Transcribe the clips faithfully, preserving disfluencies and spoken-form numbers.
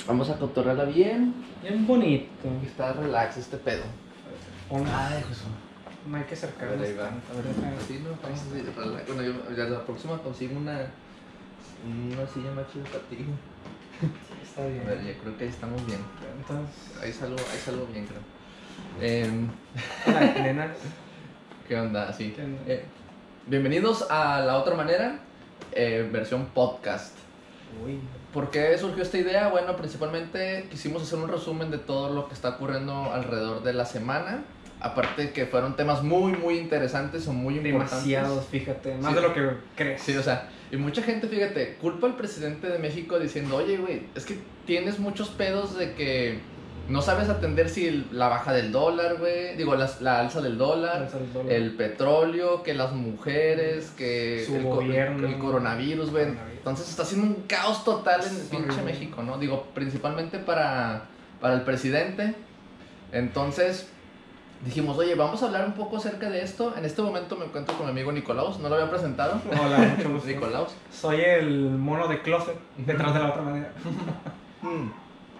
Vamos a cotorrearla bien. Bien bonito. Está relax este pedo. Ay, Jesús. No hay que A acercarnos ver, ahí va. tanto. A ver, déjame- Sí, no, vamos así, relax. Bueno, yo ya la próxima consigo una, una silla más chida para ti. Está A bien. ver, yo creo que ahí estamos bien. Entonces, Ahí salgo, ahí salgo bien, creo. Eh, hola, nenas. ¿Qué onda? Sí. ¿Qué onda? Eh, bienvenidos a La Otra Manera, eh, versión podcast. Uy. ¿Por qué surgió esta idea? Bueno, principalmente quisimos hacer un resumen de todo lo que está ocurriendo alrededor de la semana. Aparte que fueron temas muy, muy interesantes o muy importantes. Demasiados, fíjate. Más Sí. de lo que crees. Sí, o sea, y mucha gente, fíjate, culpa al presidente de México diciendo, oye, güey, es que tienes muchos pedos de que no sabes atender si la baja del dólar, güey, digo, la, la alza del dólar, Alza del dólar. el petróleo, que las mujeres, que Su el, co- gobierno. el coronavirus, güey. Coronavirus. Entonces está haciendo un caos total en el Es pinche horrible. México, ¿no? Digo, principalmente para, para el presidente. Entonces dijimos, oye, vamos a hablar un poco acerca de esto. En este momento me encuentro con mi amigo Nicolaus, no lo había presentado. Hola, mucho gusto. Nicolaus. Soy el mono de closet detrás de La Otra Manera. Mm.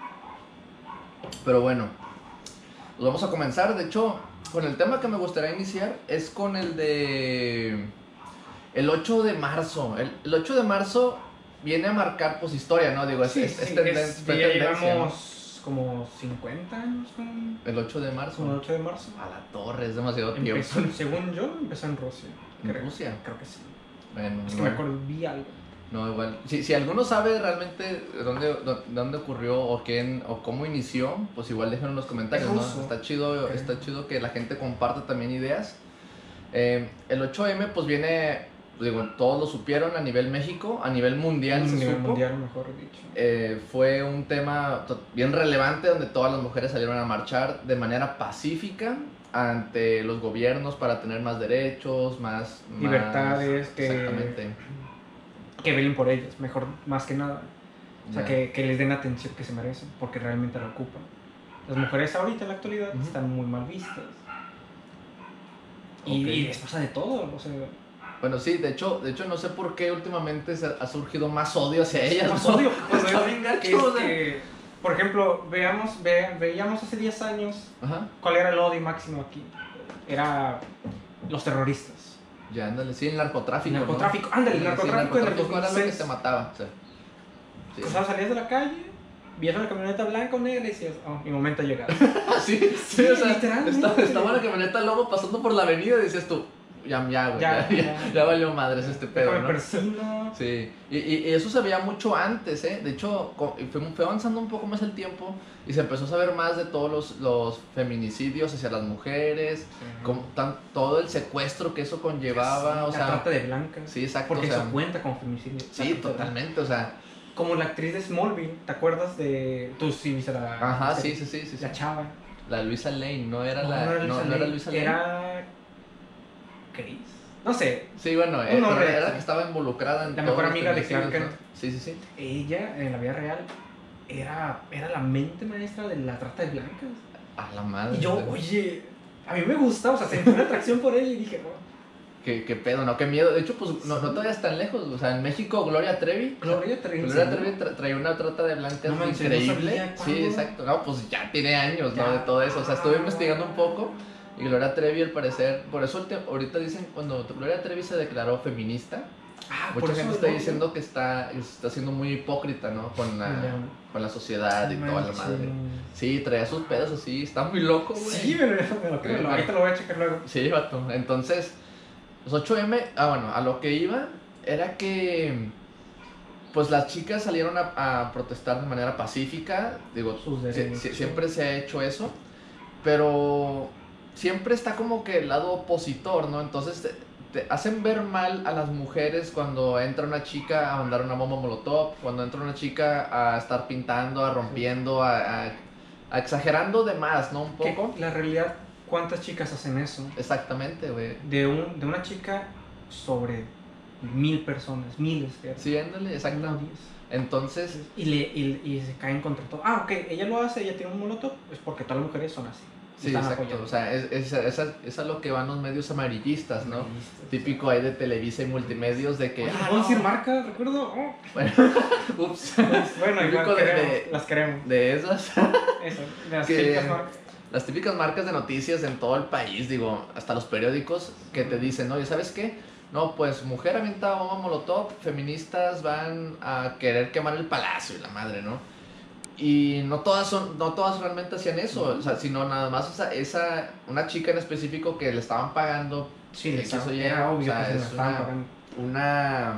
Pero bueno, pues vamos a comenzar. De hecho, con el tema que me gustaría iniciar es con el de el ocho de marzo. El, el ocho de marzo viene a marcar pues historia, ¿no? Digo, es, Sí, es, es sí, tenden- es- fue ya tendencia, llevamos como cincuenta años con ¿no? El ocho de con el marzo. ocho de marzo. A la torre, es demasiado tiempo. Empezó, según yo, empezó en Rusia. ¿En creo. Rusia? Creo que sí. Bueno, Es que no, me acuerdo, vi algo. no, igual. Si, si alguno sabe realmente dónde, dó- dónde ocurrió o quién o cómo inició, pues igual déjenlo en los comentarios, Es ¿no? ruso. Está chido, Ok. está chido que la gente comparta también ideas. Eh, el ocho eme pues viene, digo, todos lo supieron a nivel México, a nivel mundial Un se nivel supo. mundial, mejor dicho. Eh, fue un tema to- bien relevante donde todas las mujeres salieron a marchar de manera pacífica ante los gobiernos para tener más derechos, más... más- Libertades, que- Exactamente. Que velen por ellas, mejor, más que nada. O sea, Ya. que, que les den la atención que se merecen, porque realmente la ocupan. Las mujeres ahorita en la actualidad Ujú. están muy mal vistas. Y, Ok. y les pasa de todo, o sea, Bueno, sí, de hecho, de hecho no sé por qué últimamente se ha surgido más odio hacia ellas. más ¿no? odio. O sea, está bien gacho, o Es sea. que, por ejemplo, veamos, ve, veíamos hace diez años Ajá, cuál era el odio máximo aquí. Era los terroristas. ya, ándale, sí, el narcotráfico. El ¿no? narcotráfico, ándale, el Sí, narcotráfico en el narcotráfico era lo que dos mil seis. te mataba. Sí. Sí. O sea, salías de la calle, vías una camioneta blanca o negra y decías, oh, mi momento ha llegado. sí, sí, Sí, o sea, literalmente. estaba, estaba la camioneta luego pasando por la avenida y decías tú, ya, ya, güey, ya, Ya, ya, ya. ya valió madres este pedo, Déjame ¿no? persino. Sí, y, y, y eso se veía mucho antes, ¿eh? De hecho, co- fue, fue avanzando un poco más el tiempo y se empezó a saber más de todos los, los feminicidios hacia las mujeres, como tan, todo el secuestro que eso conllevaba, Sí, o la sea... trata de blancas. Sí, exacto, Porque o sea, eso cuenta como femicidio. sí, Exacto. totalmente, o sea... Como la actriz de Smallville, ¿te acuerdas de. Tú sí viste la. Ajá, la- sí, sí, sí, sí, sí. La chava. La Luisa Lane, no era No, la... no era Luisa no, no Lane. era Luisa Lane. Era. Chris. No sé. Sí, bueno, Un eh, pero nombre. era la que estaba involucrada en La todos mejor los amiga de feminicidios, Clark ¿no? Kent. Sí, sí, sí. Ella, en la vida real, era, era la mente maestra de la trata de blancas. A la madre. Y yo, oye, a mí me gusta, o sea, sentí una atracción por ella y dije, no. Qué, qué pedo, no, qué miedo. De hecho, pues no, no te vayas tan lejos. O sea, en México, Gloria Trevi. Gloria Trevi. Gloria Trevi tra- traía una trata de blancas No manches, no increíble. sabía, Sí, ¿cuándo? exacto. No, pues ya tiene años, ¿no? Ya. De todo eso. O sea, estuve investigando un poco. Y Gloria Trevi, al parecer, por eso te- ahorita dicen, cuando Gloria Trevi se declaró feminista, Ah, por mucha eso gente está no, diciendo que está, está siendo muy hipócrita, ¿no? Con la, Ya. con la sociedad y No toda la manches. madre. Sí, traía sus pedos así, está muy loco, güey. Sí, me lo, me lo creo. Sí, Ahorita lo voy a checar luego. Sí, vato. Entonces, los ocho eme, ah, bueno, a lo que iba era que, pues las chicas salieron a, a protestar de manera pacífica. Digo, Sus sie- derechos. sie- siempre se ha hecho eso, pero siempre está como que el lado opositor, ¿no? Entonces te, te hacen ver mal a las mujeres cuando entra una chica a mandar una bomba molotov, cuando entra una chica a estar pintando, a rompiendo, a, a- a exagerando de más, ¿no? Un Que poco. la realidad, ¿cuántas chicas hacen eso? Exactamente, güey. De, un, de una chica sobre mil personas, miles de Sí, ándale, exacto. Una o diez. Entonces, Y, le, y, y se caen contra todo. Ah, ok, ella lo hace, ella tiene un molotov, es porque todas las mujeres son así. Sí, están exacto. apoyando. O sea, es, es, es, a- es a lo que van los medios amarillistas, ¿no? Amarillistas, Típico ahí de Televisa y multimedios de que... Oye, ah, ¿puedo no. decir marca? ¿Recuerdo? Oh. Bueno, ups. Bueno, Típico igual de- queremos, de- las queremos. De esas, Eso, de las que- típicas marcas. las típicas marcas de noticias en todo el país, digo, hasta los periódicos que te dicen, oye, ¿sabes qué? No, pues mujer avienta bomba molotov, feministas van a querer quemar el palacio y la madre, ¿no? Y no todas son, no todas realmente hacían eso, o sea, sino nada más esa, esa, una chica en específico que le estaban pagando. Sí, X o Y, era o obvio sea, que se la es estaban una- pagando. Una...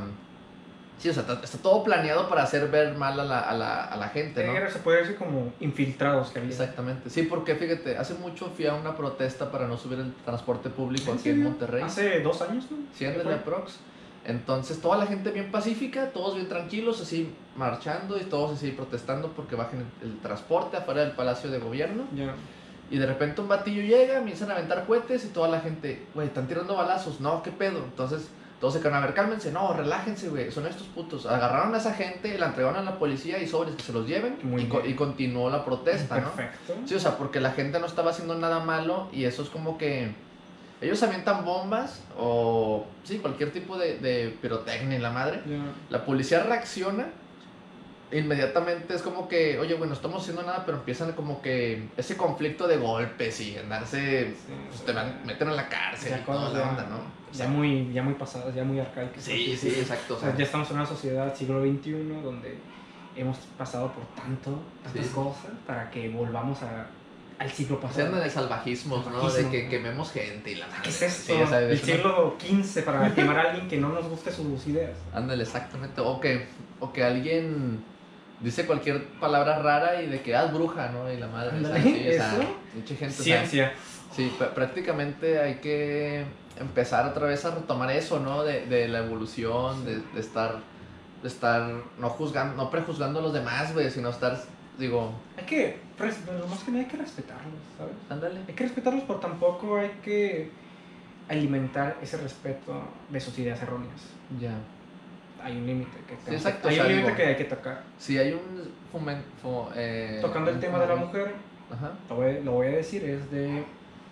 Sí, o sea, está, está todo planeado para hacer ver mal a la, a la, a la gente, ¿no? Era, se puede decir como infiltrados que había. Exactamente. Sí, porque fíjate, hace mucho fui a una protesta para no subir el transporte público ¿En aquí en serio? Monterrey. Hace dos años, ¿no? Sí, ándale, aprox. Entonces, toda la gente bien pacífica, todos bien tranquilos, así marchando y todos así protestando porque bajen el, el transporte afuera del Palacio de Gobierno. Ya. Y de repente un batillo llega, empiezan a aventar cohetes y toda la gente, güey, están tirando balazos, no, ¿qué pedo? Entonces, todos se quedan, a ver, cálmense, no, relájense, güey, son estos putos. Agarraron a esa gente, la entregaron a la policía y sobres que se los lleven. Muy y, co- bien. y continuó la protesta, ¿no? Perfecto. Sí, o sea, porque la gente no estaba haciendo nada malo y eso es como que ellos avientan bombas o sí, cualquier tipo de, de pirotecnia y la madre. Ya. La policía reacciona, inmediatamente es como que, oye, bueno, no estamos haciendo nada, pero empiezan como que ese conflicto de golpes y andarse, Sí, pues, o te sea, van, meten a la cárcel ya y toda cosas la ya- onda, ¿no? O sea, Ya muy, ya muy pasadas, ya muy arcaicas. sí, sí, exacto. O sea, ya estamos en una sociedad siglo veintiuno donde hemos pasado por tanto, tantas Sí. cosas para que volvamos a, al siglo Se pasado. andan de salvajismos, ¿no? De Salvajismo. que quememos gente y la madre. ¿Qué es esto? Sí, o sea, el es una- siglo quince para quemar a alguien que no nos guste sus ideas. Ándale, exactamente. O que, o que alguien dice cualquier palabra rara y de que, ah, es bruja, ¿no? Y la madre. O sea, Ándale, sí, o sea, ¿eso? mucha gente. o sea, Ciencia. sí, pr- prácticamente hay que empezar otra vez a retomar eso, ¿no? De, de la evolución, de, de estar, de estar, no juzgando, no prejuzgando a los demás, güey, sino estar, digo, Hay que, res- pero más que nada hay que respetarlos, ¿sabes? ándale. Hay que respetarlos, pero tampoco hay que alimentar ese respeto de sus ideas erróneas. Ya. Hay un límite que, Sí, exacto, hay o sea, un límite digo- que hay que tocar. Si hay un fomen, fo- eh, Tocando el un- tema de la mujer, Ajá. lo voy, lo voy a decir, es de...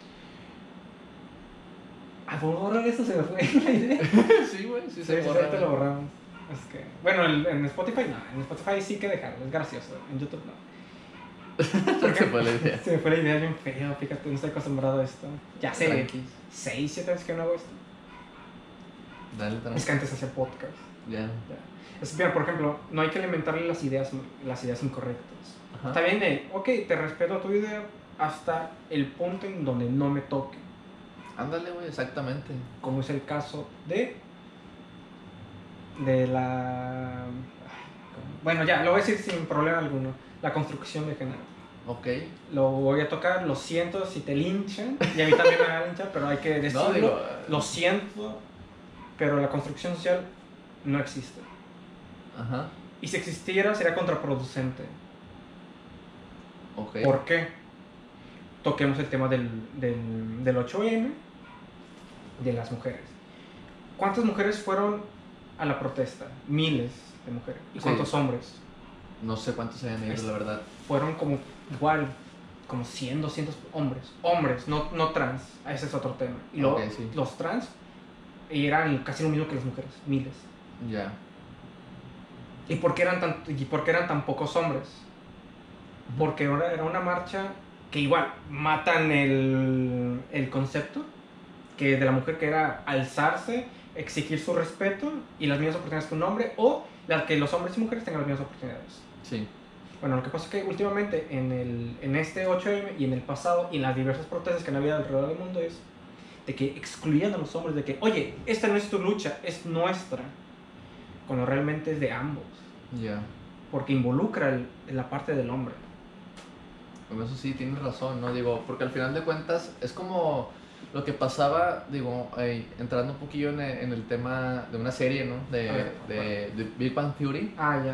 Ah, ¿puedo borrar eso? Se me fue la idea. Sí, güey, sí, Sí, se sí, borra, ahorita güey. lo borramos. Es que... Bueno, el- en Spotify no, en Spotify sí que dejarlo, es gracioso, en YouTube no. Se fue la idea. Se me fue la idea bien feo, fíjate, no estoy acostumbrado a esto. Ya hace Tranqui. seis, siete años que no hago esto. Dale, Es tranqui. que antes hacía podcast. Ya. Ya. Es bien, por ejemplo, no hay que alimentarle las ideas, las ideas incorrectas. Ajá. Está bien de, ok, te respeto tu idea hasta el punto en donde no me toque, Ándale, güey, exactamente. como es el caso de de la bueno, ya, lo voy a decir sin problema alguno, la construcción de género. Ok. Lo voy a tocar, lo siento si te linchan, y a mí también me van a linchar, pero hay que decirlo. No, digo, Lo siento, pero la construcción social no existe. ajá. Y si existiera sería contraproducente. Ok. ¿Por qué? Toquemos el tema del, del, del ocho eme, de las mujeres. ¿Cuántas mujeres fueron a la protesta? Miles de mujeres. ¿Y Sí. cuántos hombres? No sé cuántos se hayan ido, la verdad. Fueron como igual, como cien, doscientos hombres. Hombres, no, no trans. Ese es otro tema. Y luego, Ok, sí. los trans eran casi lo mismo que las mujeres, miles. Ya. ¿Y por qué eran tan, y por qué eran tan pocos hombres? Porque ahora era una marcha que igual matan el, el concepto que de la mujer, que era alzarse, exigir su respeto y las mismas oportunidades que un hombre, o las que los hombres y mujeres tengan las mismas oportunidades. Sí. Bueno, lo que pasa es que últimamente en, el, en este ocho eme y en el pasado y en las diversas protestas que han habido alrededor del mundo es de que excluían a los hombres, de que, oye, esta no es tu lucha, es nuestra, cuando realmente es de ambos, Ya. porque involucra el- la parte del hombre. Pues eso sí, tienes razón, ¿no? Digo, porque al final de cuentas es como lo que pasaba, digo, ahí, entrando un poquillo en el, en el tema de una serie, ¿no? De, A ver, de, de Big Bang Theory. Ah, ya.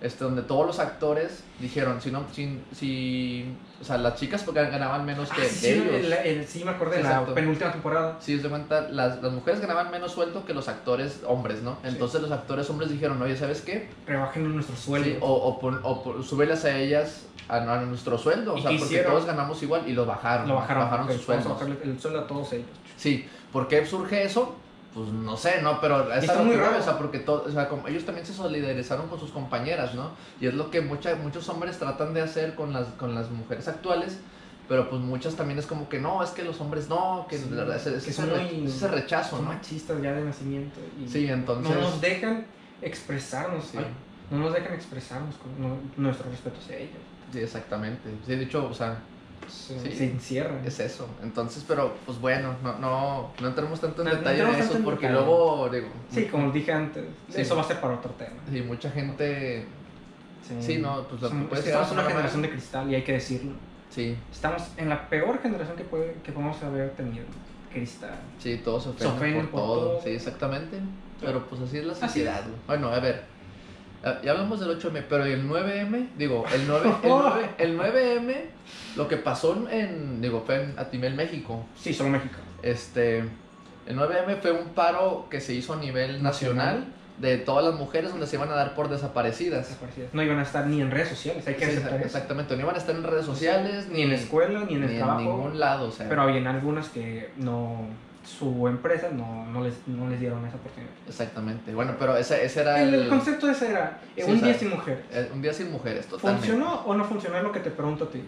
este, donde todos los actores dijeron, si no, si, si o sea, las chicas porque ganaban menos que Ah, sí, sí, ellos. el- el- sí, me acordé, Sí, la exacto. penúltima temporada. Si os de cuenta, las, las mujeres ganaban menos sueldo que los actores hombres, ¿no? Entonces los actores hombres dijeron, oye, ¿sabes qué? Rebajen nuestro sueldo. Sí, o, o, pon- o pon- súbelas a ellas a, a nuestro sueldo, o ¿Y sea, qué porque hicieron? todos ganamos igual y lo bajaron. Lo bajaron, bajaron ok, sus vamos a sueldos. bajarle el sueldo a todos ellos. Sí, ¿por qué surge eso? Pues no sé, ¿no? Pero es está algo muy que voy, raro. o sea, porque todo, o sea, como ellos también se solidarizaron con sus compañeras, ¿no? Y es lo que mucha, muchos hombres tratan de hacer con las, con las mujeres actuales, pero pues muchas también es como que no, es que los hombres no, que Sí, la verdad, es, es que ese, son re- muy- ese rechazo, Son ¿no? machistas ya de nacimiento. Y Sí, entonces... no nos dejan expresarnos. Sí. Ay, no nos dejan expresarnos con no- nuestro respeto hacia ellos. Sí, exactamente. Sí, de hecho, o sea, Se, Sí. se encierran. es eso. Entonces, pero pues bueno, no, no, no entremos tanto en No- no detalle entremos de eso, tanto en porque detalle. luego, digo, Sí, como dije antes, Sí. eso va a ser para otro tema. sí, mucha gente, sí, no, pues lo que Son- puede es que ser estamos en una una generación mala- de cristal y hay que decirlo. Sí, Estamos en la peor generación que, puede, que podemos haber tenido. Cristal. sí, todos se ofenden, ofenden por, por todo. todo. Sí, exactamente. Pero pues así es la Así sociedad. güey. Bueno, a ver, ah, ya hablamos del ocho eme, pero el nueve eme, digo, el nueve, el nueve, el nueve eme, lo que pasó en, digo, fue en Atimel, México. Sí, solo México. Este, el nueve eme fue un paro que se hizo a nivel nacional, Nacional. de todas las mujeres donde se iban a dar por desaparecidas. Desaparecidas. No iban a estar ni en redes sociales, hay que Sí, aceptar eso. exactamente, no iban a estar en redes sociales, Ni en la escuela, ni en el ni trabajo. en ningún lado, o sea, Pero habían algunas que no, su empresa no, no, les, no les dieron esa oportunidad. exactamente. Bueno, pero ese, ese era El, el, el concepto ese era eh, Sí, un o sea, día sin mujeres. eh, un día sin mujeres, totalmente. ¿Funcionó o no funcionó? Es lo que te pregunto a ti.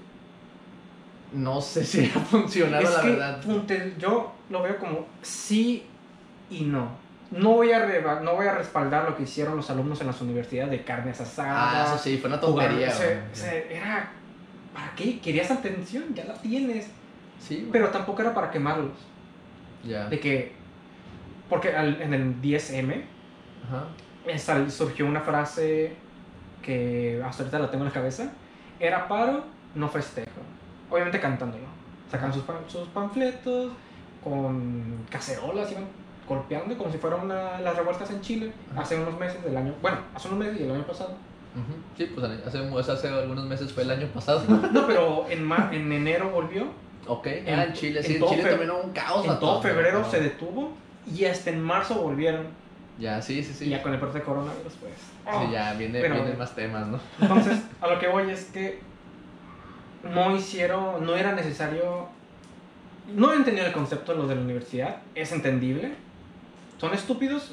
No sé si ha funcionado, es la que verdad. punte- yo lo veo como sí y no. No voy, a reba- no voy a respaldar lo que hicieron los alumnos en las universidades de carnes asadas. Ah, eso sí, fue una jugar- tontería. o sea, güey. o sea, era, ¿para qué? ¿Querías atención? Ya la tienes. Sí, güey. Pero tampoco era para quemarlos. ya. De que, porque al- en el diez eme Ajá. eh, sal- surgió una frase que hasta ahorita la tengo en la cabeza. Era paro, no festejo. Obviamente cantándolo. Sacan sus, pan- sus panfletos con cacerolas, iban golpeando como si fueran una, las revueltas en Chile Ajá. hace unos meses del año. Bueno, hace unos meses y el año pasado. Ujú. Sí, pues hace, hace algunos meses fue el año pasado. No, pero en, ma- en enero volvió. Ok, En- ah, en Chile, sí, en en todo Chile fe- también hubo un caos. En a todo febrero pero- se detuvo y hasta en marzo volvieron. Ya, sí, sí, sí. Y ya con el parte de coronavirus, pues. Sí, ya viene, Pero- vienen más temas, ¿no? Entonces, a lo que voy es que no hicieron, no era necesario, no he entendido el concepto de los de la universidad, es entendible. ¿Son estúpidos?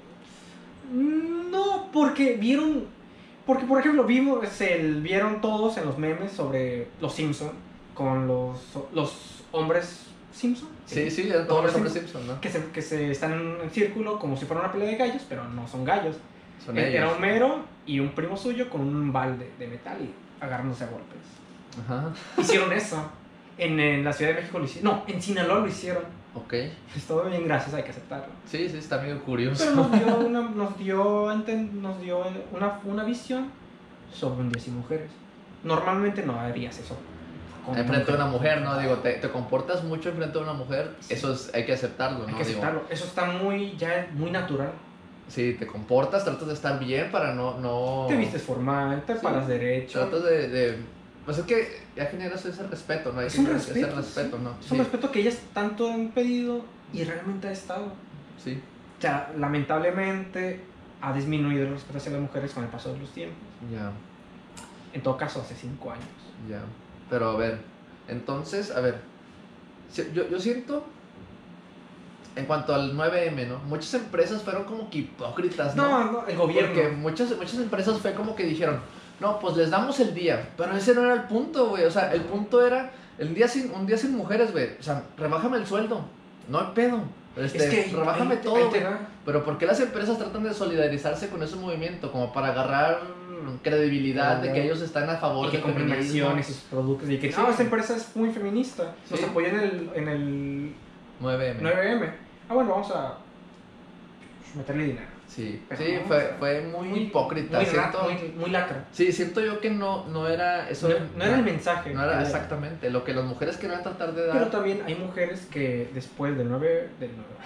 No, porque vieron, porque por ejemplo vimos, se vieron todos en los memes sobre los Simpson con los, los hombres Simpson. Sí, sí, eran todos los hombres Simpson, ¿no? Que se, que se están en círculo como si fuera una pelea de gallos, pero no son gallos. Son Era ellos. Homero y un primo suyo con un balde de metal y agarrándose a golpes. Ajá, Hicieron eso. En, en la Ciudad de México lo hicieron. No, en Sinaloa lo hicieron. ok. Estuvo bien, gracias, hay que aceptarlo. Sí, sí, está medio curioso. Pero nos dio una, nos dio, a enten- nos dio una, una visión sobre un día sin mujeres. Normalmente no harías eso. con Enfrente de una mujer, ¿no? Digo, te, te comportas mucho enfrente de una mujer, Sí. eso es, hay que aceptarlo, Hay ¿no? que Digo, aceptarlo. Eso está muy, ya muy natural. sí, te comportas, tratas de estar bien para no... no... Te vistes formal, te Sí. paras derecho. Tratas de, de... Pues es que ya generas ese respeto, ¿no? Hay Es que un generar ese respeto. respeto, sí. ¿no? Es un Sí, respeto que ellas tanto han pedido y realmente ha estado. sí, O sea, lamentablemente ha disminuido el respeto hacia las mujeres con el paso de los tiempos. ya, En todo caso, hace cinco años. ya. Pero a ver, entonces, a ver, si- yo, yo siento, en cuanto al nueve eme, ¿no? Muchas empresas fueron como que hipócritas, ¿no? No, no, el gobierno. Porque muchas, muchas empresas fue como que dijeron, no, pues les damos el día. Pero ese no era el punto, güey. O sea, el punto era el día sin, un día sin mujeres, güey. O sea, rebájame el sueldo. No hay pedo. Este, es que ahí- rebájame ahí- todo, ahí te güey. va. Pero ¿por qué las empresas tratan de solidarizarse con ese movimiento? Como para agarrar credibilidad de que ellos están a favor Y que del compren feminismo. acciones y sus productos. Y que, Sí. no, esta empresa es muy feminista. Nos Sí. apoyó en el, en el nueve eme. nueve eme. Ah, bueno, vamos a meterle dinero. Sí, Pero sí no, fue, o sea, fue muy, hipócrita. Muy, siento, ra- muy, muy lacra. Sí, siento yo que no, no era eso. No, no era el mensaje. No era Era- exactamente lo que las mujeres querían tratar de dar. Pero también hay mujeres que después del nueve, del nueve,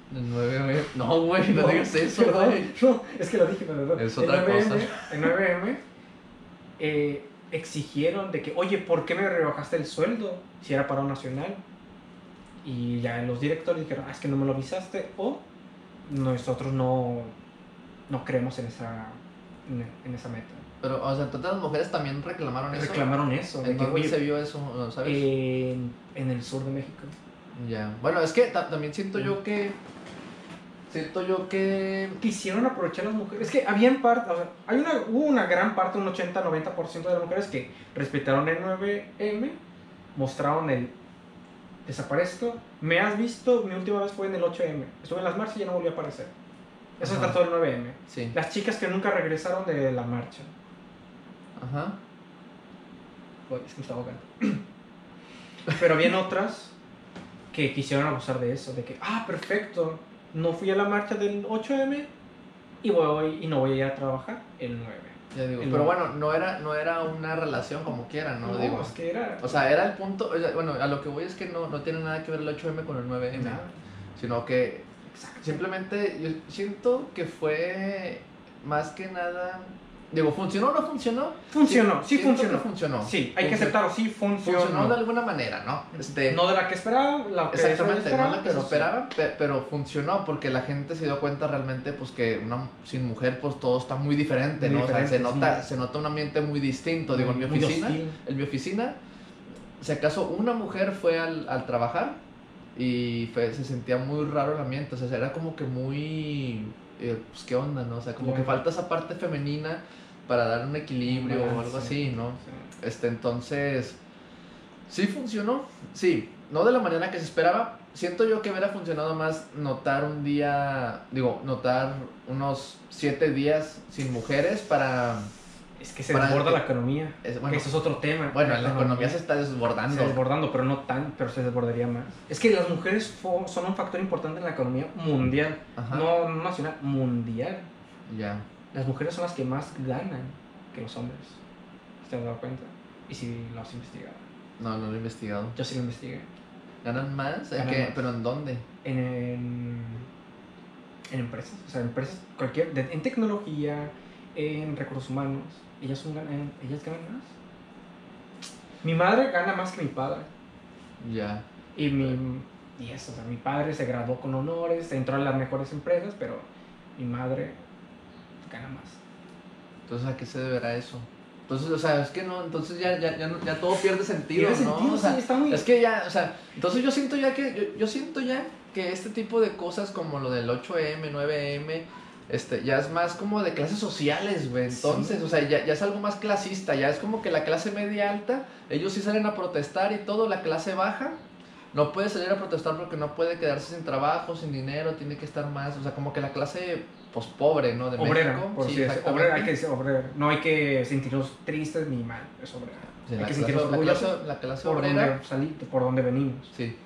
El nueve eme. No, güey, no, No, digas eso, perdón, güey. no, es que lo dije, pero Es el otra nueve eme, cosa. el nueve eme eh, exigieron de que, oye, ¿por qué me rebajaste el sueldo si era paro nacional? Y ya los directores dijeron, ah, es que no me lo avisaste, o nosotros no, no creemos en esa, en, en esa meta. Pero, o sea, entonces las mujeres también reclamaron eso. Reclamaron eso. De ¿En que, dónde oye, se vio eso? ¿No sabes? en, en el sur de México. Ya. Bueno, es que ta- también siento yo que. Siento yo que. Quisieron aprovechar las mujeres. Es que habían parte, o sea, hay una, hubo una gran parte, un ochenta a noventa por ciento de las mujeres que respetaron el nueve eme, mostraron el desaparezco. Me has visto, mi última vez fue en el ocho eme. Estuve en las marchas y ya no volví a aparecer. Eso se Ajá. trató del nueve eme. Sí. Las chicas que nunca regresaron de la marcha. Ajá. Uy, es que me está ahogando. Pero habían otras que quisieron abusar de eso, de que, ah, perfecto, no fui a la marcha del ocho eme y, voy, y no voy a ir a trabajar el nueve. Ya digo. El Pero nueve. bueno, no era, no era una relación como quiera, ¿no? No, digo. es que era... O sea, era el punto. O sea, bueno, a lo que voy es que no, no tiene nada que ver el ocho eme con el nueve eme. Nada. Sino que simplemente yo siento que fue más que nada. Digo, ¿funcionó o no funcionó? Funcionó, sí siento funcionó. que funcionó. Sí, hay que Funcionó. aceptarlo, sí funcionó. Funcionó de alguna manera, ¿no? Este, No de la que esperaba, la que exactamente, esperaba, no la que se pero sí. esperaba, pe- pero funcionó porque la gente se dio cuenta realmente pues que una sin mujer pues todo está muy diferente, Muy ¿no? O sea, se diferente, nota, sí. se nota un ambiente muy distinto. Digo, en mi Muy oficina, hostil. en mi oficina, si acaso una mujer fue al, al trabajar y fue- se sentía muy raro el ambiente, o sea, era como que muy, eh, pues qué onda, ¿no? O sea, como Ya. que falta esa parte femenina para dar un equilibrio o algo así, ¿no? Sí. Este, entonces, sí funcionó, sí, no de la manera que se esperaba. Siento yo que hubiera funcionado más notar un día, digo, notar unos siete días sin mujeres para... Es que se Para desborda que- la economía. es- bueno, que eso es otro tema. Bueno, la economía se está desbordando. Se está desbordando, pero no tan, pero se desbordaría más. Es que las mujeres fo- son un factor importante en la economía mundial. Ajá. No no nacional, mundial. Ya. Las mujeres son las que más ganan que los hombres. ¿Te has dado cuenta? Y si lo has investigado. No, no lo he investigado. Yo sí lo investigué. ¿Ganan más? ¿En Ganan qué? más. ¿Pero en dónde? En, en, en empresas. O sea, empresas, cualquier, de- en tecnología, en recursos humanos. Ellas, son, ganan, ellas ganan más. Mi madre gana más que mi padre. Ya. Y mi y eso, o sea, mi padre se graduó con honores, entró a las mejores empresas, pero mi madre gana más. Entonces, ¿a qué se deberá eso? Entonces, o sea, es que no, entonces ya, ya, ya, no- ya todo pierde sentido, Tiene ¿no? sentido, O sea, sí, está muy... es que ya, o sea, entonces yo siento ya que, yo, yo siento ya que este tipo de cosas como lo del ocho eme, nueve eme, este, ya es más como de clases sociales, güey. Entonces, Sí. o sea, ya, ya es algo más clasista, ya es como que la clase media alta, ellos sí salen a protestar y todo, la clase baja no puede salir a protestar porque no puede quedarse sin trabajo, sin dinero, tiene que estar más, o sea, como que la clase, pues, pobre, ¿no? De obrera, México. por Sí, si es exactamente. obrera, hay que decir obrera. No hay que sentirnos tristes ni mal, es obrera. Sí, hay la, que clase, sentirnos la, orgullosos clase, la clase por obrera, donde salí, por donde venimos. sí,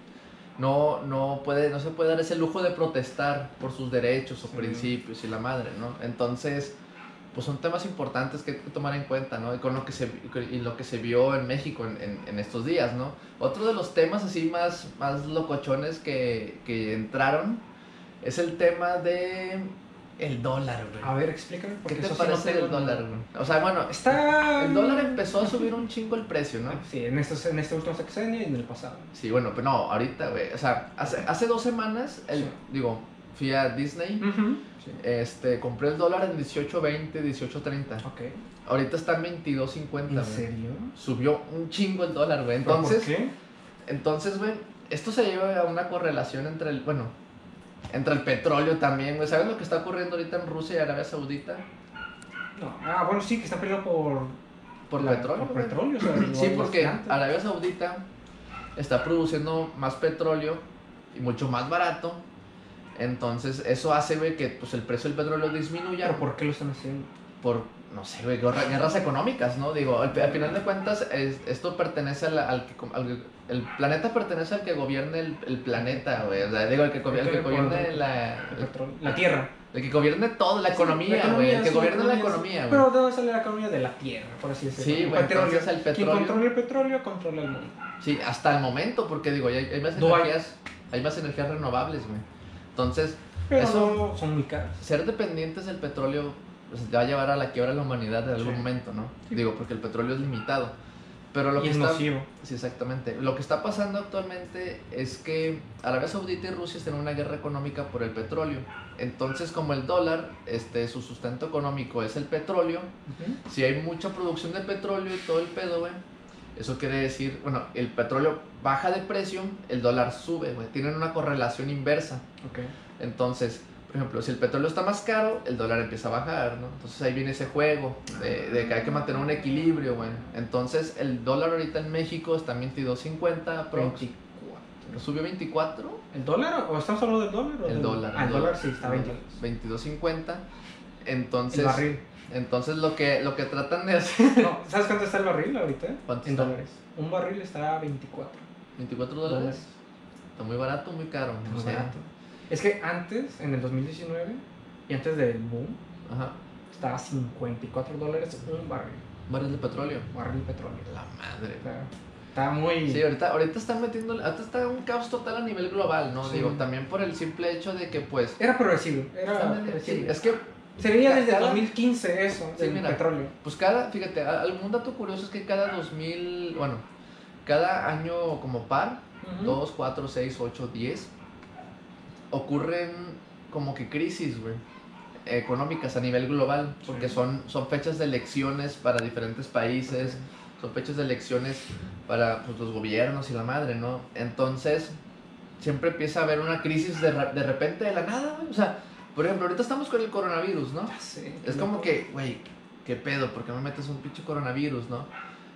no, no, puede, no se puede dar ese lujo de protestar por sus derechos o Sí. principios y la madre, ¿no? Entonces, pues son temas importantes que hay que tomar en cuenta, ¿no? Y con lo que se, y lo que se vio en México en, en, en estos días, ¿no? Otro de los temas así más, más locochones que, que entraron es el tema de el dólar, güey. A ver, explícame. ¿Qué Porque te eso sí no parece tengo el ni- dólar, güey? O sea, bueno, Está... el dólar empezó a subir un chingo el precio, ¿no? Sí, en, estos, en este último sexenio y en el pasado. Sí, bueno, pero no, ahorita, güey. O sea, hace, hace dos semanas, el, Sí. digo, fui a Disney, Sí. este, compré el dólar en dieciocho veinte, dieciocho treinta. Ok. Ahorita está en veintidós cincuenta, ¿En güey. serio? Subió un chingo el dólar, güey. ¿Pero Entonces, por qué? entonces, güey, esto se lleva a una correlación entre el, bueno, entre el petróleo también, güey. ¿Sabes lo que está ocurriendo ahorita en Rusia y Arabia Saudita? No. Ah, bueno, sí, que están peleando por... Por la- petróleo, Por güey. petróleo, o sea, Sí, las porque plantas. Arabia Saudita está produciendo más petróleo y mucho más barato. Entonces, eso hace, güey, que pues, el precio del petróleo disminuya ¿Pero por qué lo están haciendo? por, no sé, güey, guerra- guerras económicas, ¿no? Digo, al, al final de cuentas, es- esto pertenece al, al que... al- el planeta pertenece al que gobierne el, el planeta, güey. O sea, digo, el que, gobi- el que gobierne la... El petróleo. La tierra. El que gobierne todo, la Sí, economía, la güey. economía, El que sí, gobierne la sí. economía, güey. Pero ¿de dónde sale la economía? De la tierra, por así decirlo. Sí, güey, entonces el Quien petróleo- controla el petróleo, controla el mundo. Sí, hasta el momento, porque digo, ya hay, hay más No hay. energías, hay más energías renovables, güey. Entonces, Pero eso, no son muy caras. ser dependientes del petróleo pues, va a llevar a la quiebra de la humanidad en algún Sí. momento, ¿no? Sí. Digo, porque el petróleo es limitado. Pero lo Y que es está... nocivo. Sí, exactamente. Lo que está pasando actualmente es que Arabia Saudita y Rusia están en una guerra económica por el petróleo. Entonces, como el dólar, este, su sustento económico es el petróleo, Ujú. si hay mucha producción de petróleo y todo el pedo, güey, eso quiere decir, bueno, el petróleo baja de precio, el dólar sube, güey. Tienen una correlación inversa. Ok. Entonces, por ejemplo, si el petróleo está más caro, el dólar empieza a bajar, ¿no? Entonces ahí viene ese juego de, de que hay que mantener un equilibrio, güey. Entonces, el dólar ahorita en México está en veintidós cincuenta, aprox. veinticuatro. ¿Subió veinticuatro? ¿El dólar? ¿O estamos hablando del dólar? O El del... dólar. Ah, el dólar sí, está veintidós. veintidós cincuenta. Entonces, El barril. entonces lo que, lo que tratan de hacer... No, ¿sabes cuánto está el barril ahorita? ¿Cuánto En está? dólares. Un barril está a veinticuatro ¿veinticuatro dólares? dólares. Está muy barato, muy caro. No Muy sé. barato. Es que antes, en el dos mil diecinueve, y antes del boom, Ajá. estaba a cincuenta y cuatro dólares un barril. Barril de petróleo. Barril de petróleo. La madre. O sea, está muy... Sí, ahorita, ahorita están metiendo, ahorita está un caos total a nivel global, ¿no? Sí. Digo, también por el simple hecho de que, pues, Era progresivo. Era ándale, sí, progresivo. es que, Se veía desde cada- dos mil quince eso, Sí, del mira. petróleo. pues cada, fíjate, a- algún dato curioso es que cada dos mil, bueno, cada año como par, Ujú. dos, cuatro, seis, ocho, diez, ocurren como que crisis, güey, económicas a nivel global, porque Sí. son, son fechas de elecciones para diferentes países, son fechas de elecciones para pues, los gobiernos y la madre, ¿no? Entonces, siempre empieza a haber una crisis de, ra- de repente de la nada, güey. O sea, por ejemplo, ahorita estamos con el coronavirus, ¿no? Ya sé, Es qué como loco. que, güey, ¿qué pedo? ¿Por qué me metes un pinche coronavirus, no?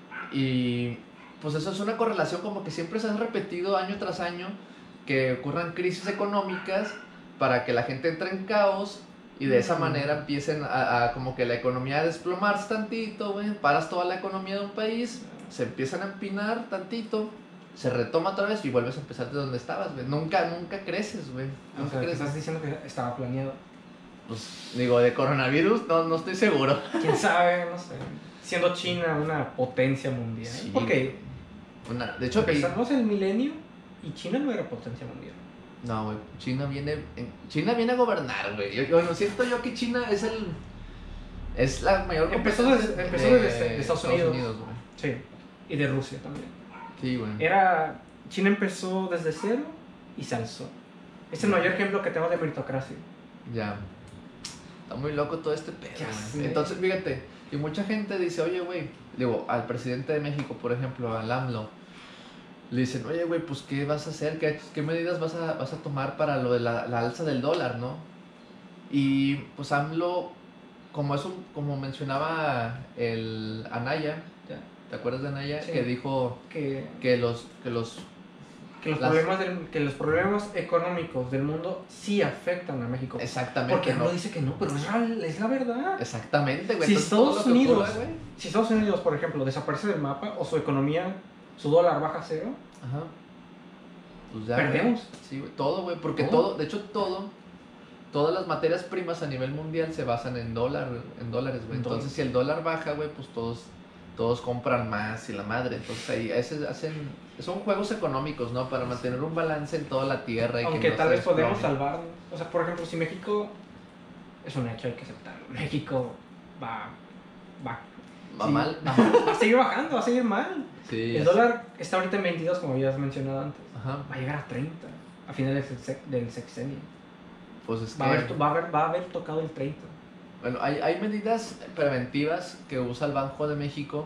Y pues eso es una correlación como que siempre se han repetido año tras año que ocurran crisis económicas para que la gente entre en caos y de esa Ujú. manera empiecen a, a como que la economía a desplomarse tantito, güey, paras toda la economía de un país, se empiezan a empinar tantito, se retoma otra vez y vuelves a empezar de donde estabas, güey. Nunca, nunca creces, güey. O Nunca sea, que creces. estás diciendo que estaba planeado. Pues digo, de coronavirus no, no estoy seguro. ¿Quién sabe? No sé. Siendo China una potencia mundial. Sí. Porque Una- de hecho, que empezamos el milenio y China no era potencia mundial. no, güey, China viene, en- China viene a gobernar, güey. Yo, yo- siento yo que China es el, es la mayor Empezó competencia desde- empezó desde- de Estados Unidos. güey. Sí. Y de Rusia también. Sí, güey. Era... China empezó desde cero y se alzó. Es el mayor ejemplo que tenemos de meritocracia. Ya. Está muy loco todo este pedo, Ya güey. sé. Entonces, fíjate, y mucha gente dice, oye, güey, digo, al presidente de México, por ejemplo, al AMLO, le dicen, oye, güey, pues, ¿qué vas a hacer? ¿Qué, qué medidas vas a, vas a tomar para lo de la, la alza del dólar, no? Y, pues, AMLO, como eso, como mencionaba el Anaya, Ya. ¿te acuerdas de Anaya? Sí. Que dijo Que, que los, que los, que, los las- problemas del- que los problemas económicos del mundo sí afectan a México. exactamente, Porque no. no dice que no, pero es, real- es la verdad. Exactamente, güey. Si Entonces, todo Estados lo que ocurre, Unidos- güey. Si Estados Unidos, por ejemplo, desaparece del mapa o su economía, su dólar baja a cero, Ajá. Pues ya, perdemos. güey. Sí, güey, todo, güey, porque Todo. todo, de hecho todo, todas las materias primas a nivel mundial se basan en dólar, en dólares, güey. En Entonces, dólares. si el dólar baja, güey, pues todos, todos compran más y la madre. Entonces ahí ese- hacen, son juegos económicos, ¿no? Para mantener un balance en toda la tierra. Y Aunque que no tal se vez podemos desplome. salvarnos. O sea, por ejemplo, si México es un hecho, hay que aceptarlo. México va, va, Va sí, mal. va, va a seguir bajando, va a seguir mal. Sí, El es- dólar está ahorita en veintidós, como habías mencionado antes. Ajá. Va a llegar a treinta a finales del, sex- del sexenio. Pues es Va a, que, haber, to- va, a haber, va a haber tocado el treinta. bueno, hay, hay medidas preventivas que usa el Banco de México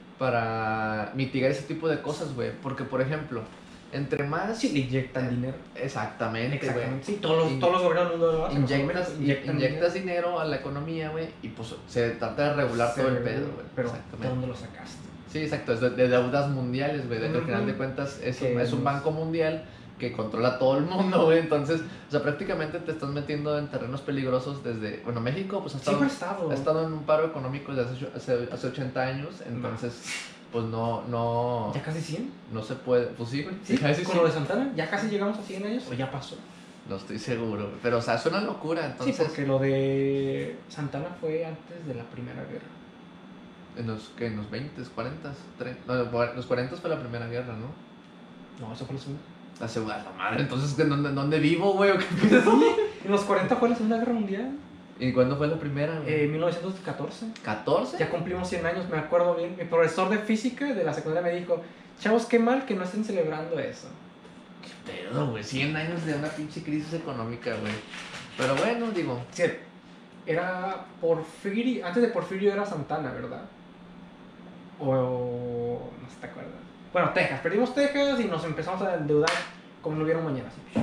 para mitigar ese tipo de cosas, güey. Porque, por ejemplo, entre más... Sí, le inyectan dinero. Exactamente, güey. Exactamente. Sí, todos los, In- todos los gobiernos del mundo lo hacen. Inyectas, Los gobiernos inyectas, dinero a la economía, güey, y pues se trata de regular Se todo el regula, pedo, güey. Pero, ¿de Exactamente. dónde lo sacaste? Sí, exacto, es de, de deudas mundiales, güey, de que al final de Ujú. cuentas es Que un, es un los- banco mundial que controla todo el mundo, güey. Entonces, o sea, prácticamente te estás metiendo en terrenos peligrosos desde, bueno, México pues ha estado, Siempre ha estado. ha estado en un paro económico desde hace, hace, hace ochenta años, entonces, pues no, no, ¿Ya casi cien? no se puede, pues sí, güey. ¿Sí? casi ¿Con sí. lo de Santana? ¿Ya casi llegamos a cien años o ya pasó? No estoy seguro, güey, pero o sea, es una locura, entonces... Sí, porque lo de Santana fue antes de la Primera Guerra. En los, ¿qué? En los veinte, cuarenta, treinta. No, los cuarenta fue la primera guerra, ¿no? No, eso fue la segunda. La segunda, la madre, entonces, ¿en dónde, dónde vivo, güey? ¿O qué Sí, pedo? en los cuarenta fue la Segunda Guerra Mundial. ¿Y cuándo fue la primera, güey? Eh, mil novecientos catorce. ¿catorce? Ya cumplimos cien años, me acuerdo bien. Mi profesor de física de la secundaria me dijo, chavos, qué mal que no estén celebrando eso. ¿Qué pedo, güey? cien años de una pinche crisis económica, güey. Pero bueno, digo... Sí, era Porfirio, antes de Porfirio era Santana, ¿verdad? O... no sé, ¿te acuerdas? Bueno, Texas, perdimos Texas y nos empezamos a endeudar como no hubiera un mañana. Así.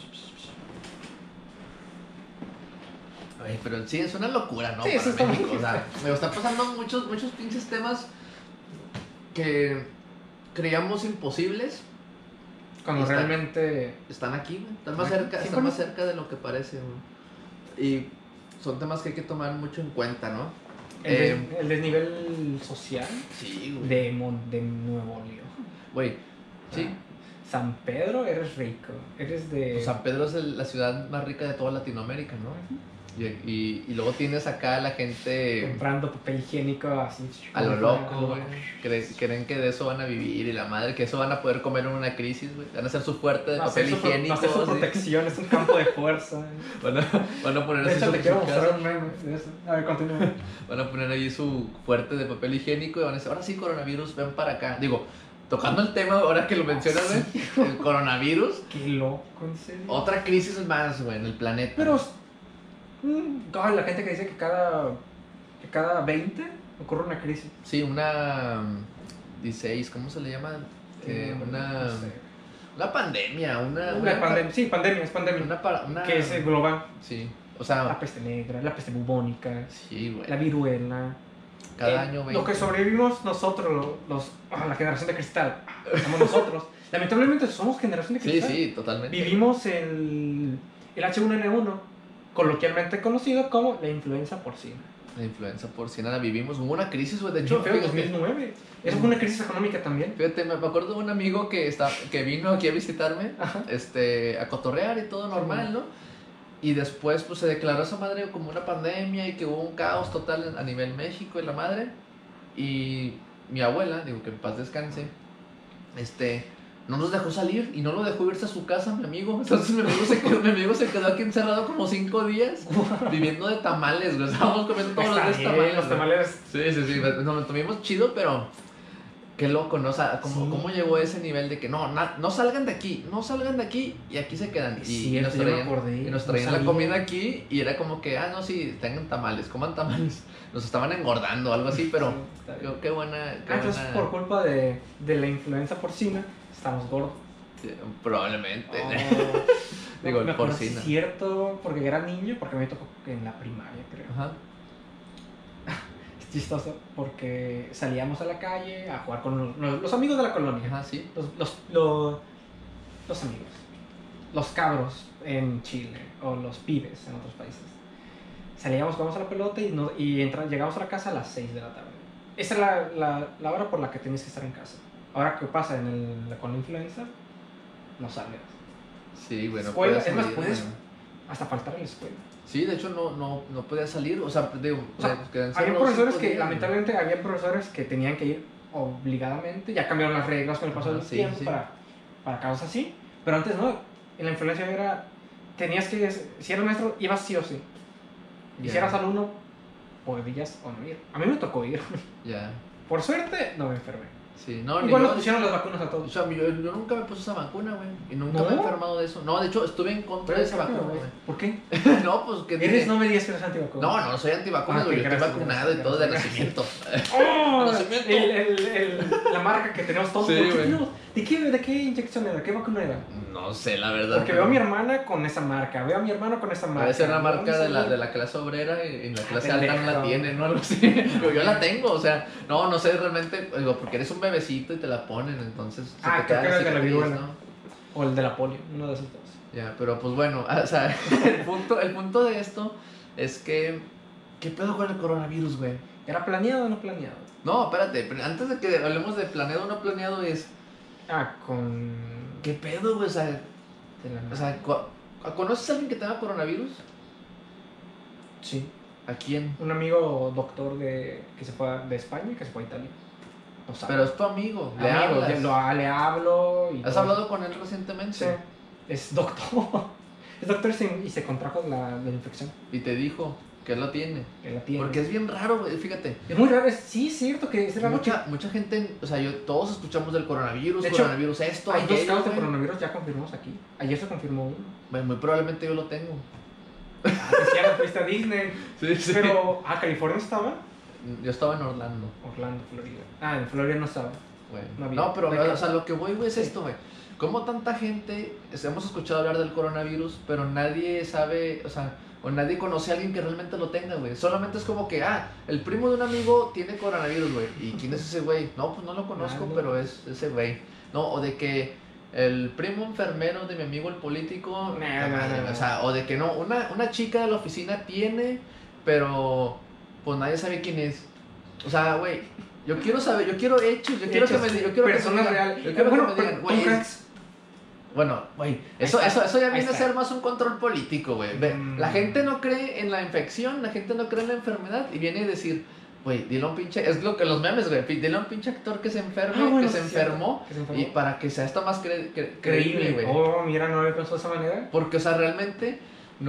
Ay, pero sí, es una locura, ¿no? Sí, Para eso está México, muy- o sea, me están pasando muchos, muchos pinches temas que creíamos imposibles. Cuando Está- realmente... Están aquí, güey. Están más Aquí, cerca, sí, están más bueno. cerca de lo que parece, güey. Y son temas que hay que tomar mucho en cuenta, ¿no? El, Eh, des- el desnivel social Sí, güey. de, Mon- de Nuevo León. Güey, sí. San Pedro, eres rico. Eres de... Pues San Pedro es el- la ciudad más rica de toda Latinoamérica, ¿no? Y, y, y luego tienes acá a la gente comprando papel higiénico así. a lo a loco, güey. Creen, creen que de eso van a vivir y la madre, que eso van a poder comer en una crisis, güey. Van a hacer su fuerte de Va a ser papel su, pro- higiénico. va a ser su así. protección, es un campo de fuerza. Van a, van a poner De así hecho, su, te quiero su mostrar casa. un meme de eso. A ver, continúa. Van a poner ahí su fuerte de papel higiénico y van a decir, ahora sí, coronavirus, ven para acá. Digo, tocando el tema, ahora que lo mencionas, güey, el coronavirus, Qué loco, en serio. otra crisis más, güey, en el planeta. Pero, mm, ay, la gente que dice que cada, que cada veinte ocurre una crisis. Sí, una mm, dieciséis, ¿cómo se le llama? Eh, Mm, una, no sé. una pandemia, una... Una una pandemia, sí, pandemia, es pandemia. Una, para- una- Que es eh, global. Sí, o La sea, peste negra, la peste bubónica, sí, güey. la viruela. Cada Eh, año, güey. Lo que sobrevivimos nosotros, lo- los, ah, la generación de cristal, somos nosotros. Lamentablemente somos generación de Sí, cristal. sí, totalmente. Vivimos el, el H uno N uno, coloquialmente conocido como la influenza porcina. La influenza porcina la vivimos. Hubo una crisis, güey. De De hecho, hecho, fue en fíjate, dos mil nueve. Eso fue una crisis económica también. fíjate, me me acuerdo de un amigo que, está, que vino aquí a visitarme, Ajá. este, a cotorrear y todo normal, ¿no? Y después, pues, se declaró esa madre como una pandemia y que hubo un caos total a nivel México y la madre. Y mi abuela, digo que en paz descanse, este, no nos dejó salir y no lo dejó irse a su casa, mi amigo. Entonces mi amigo se quedó, mi amigo se quedó aquí encerrado como cinco días viviendo de tamales, güey. Estábamos comiendo todos los Está días bien, tamales. los güey. tamales. Sí, sí, sí, nos lo tuvimos chido, pero qué loco, ¿no? O sea, ¿cómo, Sí. cómo llegó a ese nivel de que no, na- no salgan de aquí, no salgan de aquí y aquí se quedan? Y, Sí, y nos ya me traían, acordé, y nos no traían la sabía. comida aquí y era como que, ah, no, sí, tengan tamales, coman tamales. Nos estaban engordando o algo así, pero Sí, está bien. qué, qué buena, qué Ah, entonces, buena- por culpa de, de la influenza porcina, estamos gordos. Sí, probablemente. Oh. Digo, Me el acuerdo, porcina. Es cierto, porque era niño, porque me tocó en la primaria, creo. Ajá. Es chistoso, porque salíamos a la calle a jugar con los, los- los amigos de la colonia. Ajá, sí. Los, los, los, los amigos. Los cabros en Chile, o los pibes en otros países. Salíamos, jugamos a la pelota y, no, y entra- llegamos a la casa a las seis de la tarde. Esa es la, la, la hora por la que tenías que estar en casa. Ahora, ¿qué pasa en el, con la influenza? No salgas. Sí, bueno, Escuela, puedes es más, salir, puedes- bueno. Hasta faltar a la escuela. Sí, de hecho no, no, no podía salir, o sea, digo, O sea, se quedan Había encerrados profesores cinco que, días, lamentablemente, había profesores que tenían que ir obligadamente. Ya cambiaron las reglas con el paso Ajá, del sí, tiempo sí. Para, para casos así. Pero antes no. En la influencia era. Tenías que. Si eras maestro, ibas sí o sí. Y Ya. si eras alumno, podías o no ir. A mí me tocó ir. Ya, Por suerte, no me enfermé. sí, no, ni Igual yo- nos pusieron las vacunas a O todos. sea, yo, yo nunca me puse esa vacuna, güey. Y nunca ¿No? me he enfermado de eso. No, de hecho, estuve en contra de esa vacuna, güey. ¿Por qué? No, pues que Eres, dije- no me digas que eres antivacuna. No, no, soy antivacuna, Ah, güey. ok, Yo estoy gracias, vacunado y gracias, todo de gracias. nacimiento. ¡Oh! Nacimiento. El, el, el, la marca que tenemos todos. Sí, ¿Por qué güey. tenemos? ¿De qué, ¿De qué inyección era? ¿Qué vacuna era? No sé, la verdad. Porque pero- veo a mi hermana con esa marca, veo a mi hermano con esa marca. Debe ser una veo a marca mis de la, amigos- de la clase obrera y, y la clase pendejo. alta no la tiene, ¿no? Algo así. Pero yo la tengo, o sea, no, no sé realmente, digo, porque eres un bebecito y te la ponen, entonces. se Ah, te creo queda que era el de la cicatriz, viruela. O el de la polio, uno de esos dos. Ya, pero pues bueno, o sea, el punto, el punto de esto es que, ¿qué pedo con el coronavirus, güey? ¿Era planeado o no planeado? No, espérate, pero antes de que hablemos de planeado o no planeado es, Ah, con... ¿qué pedo, güey? O sea, de la- o sea, cu- ¿conoces a alguien que tenga coronavirus? Sí. ¿A quién? Un amigo doctor de, que se fue a- de España que se fue a Italia. no sabe. Pero es tu amigo, le Amigo, hablas. lo- le hablo. Y ¿Has todo. hablado con él recientemente? Sí. Es doctor. Es doctor y se, y se contrajo la, la infección. Y te dijo que él lo tiene. Que la tiene. Porque es bien raro, güey, fíjate. Es muy raro. Es, sí, es cierto que es raro. Mucha, mucha gente, o sea, yo, todos escuchamos del coronavirus, De hecho, coronavirus esto, Hay dos aquello, casos de güey. coronavirus ya confirmados aquí. Ayer se confirmó uno. Bueno, muy probablemente yo lo tengo. Ah, que sí, ya no fuiste a Disney. Sí, sí. Pero, ¿a California estaba? Yo estaba en Orlando. Orlando, Florida. Ah, en Florida no estaba. Bueno, No no, había. pero, De o sea, lo que voy, güey, es Sí. esto, güey. ¿Cómo tanta gente, es- hemos escuchado hablar del coronavirus, pero nadie sabe, o sea, o nadie conoce a alguien que realmente lo tenga, güey? Solamente es como que, ah, el primo de un amigo tiene coronavirus, güey. ¿Y quién es ese güey? No, pues no lo conozco, Ah, no. pero es ese güey. No, o de que el primo enfermero de mi amigo el político, No, no, no, madre, no, no. o sea, o de que no, una, una chica de la oficina tiene, pero pues nadie sabe quién es. O sea, güey, yo quiero saber, yo quiero hechos, yo quiero Hechos, que me yo quiero personas que me digan, reales. yo quiero Bueno, que me digan, Tom güey, Hanks. bueno, güey, eso, está, eso, eso ya ahí viene a está. ser más un control político, güey. Ve, Mm. La gente no cree en la infección, la gente no cree en la enfermedad y viene a decir, güey, dile a un pinche, es lo que los memes, güey, dile a un pinche actor que se enferme, Ah, bueno, que se sí, cierto, enfermó, que se enfermó. y para que sea esto más cre- cre- creíble, Creíble, güey. Oh, mira, no había pensado de esa manera. Porque, o sea, realmente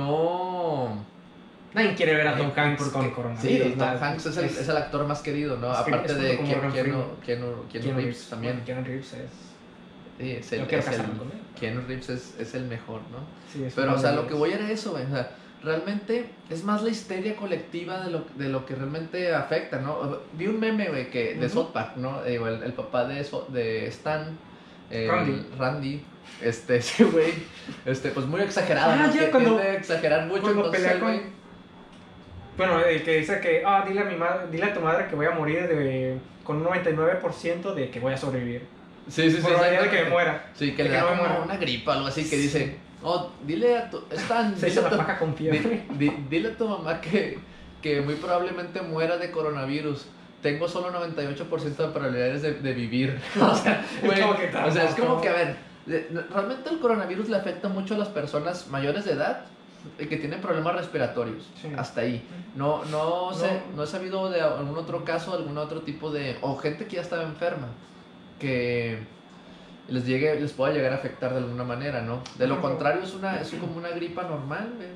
no... Nadie quiere ver a Tom Ay, Hanks porque- con Sí, coronavirus. Tom nada. Hanks es el, es el actor más querido, ¿no? es que Aparte es de como Keanu, Morgan Keanu, Freeman. Keanu, Keanu Keanu Reeves también. Bueno, Keanu Reeves es. Sí, es el, Yo quiero es el- casarme con él. Keanu Reeves es, es el mejor, ¿no? Sí, es Pero, uno o sea, de lo los- que voy era eso, güey. O sea, realmente es más la histeria colectiva de lo, de lo que realmente afecta, ¿no? Vi un meme, güey, que, de Ujú. South Park, ¿no? Eh, el, el papá de, So- de Stan, el Randy. Randy, este, ese güey, este, pues muy exagerado, Ah, ¿no? ya, Que cuando- tiende a exagerar mucho, cuando entonces pelea el con- güey... Bueno, el que dice que, ah, dile a mi madre, dile a tu madre que voy a morir de, con un noventa y nueve por ciento de que voy a sobrevivir. Sí, sí, sí. Probabilidad de que me exactamente. muera. Sí, que de le que da no me como muera. una gripa o algo así, que Sí. dice, oh, dile a tu... Stan, Se dile hizo a la tu- paja con fiebre. Di- di- dile a tu mamá que, que muy probablemente muera de coronavirus. Tengo solo noventa y ocho por ciento de probabilidades de, de vivir. O sea, güey, como que o sea, es como tampoco. que, a ver, de- realmente el coronavirus le afecta mucho a las personas mayores de edad y que tienen problemas respiratorios. Sí. Hasta ahí. No, no, sé, No. no he sabido de algún otro caso, algún otro tipo de... O gente que ya estaba enferma. Que les llegue, les pueda llegar a afectar de alguna manera, ¿no? De lo No. contrario es una, es como una gripa normal, güey.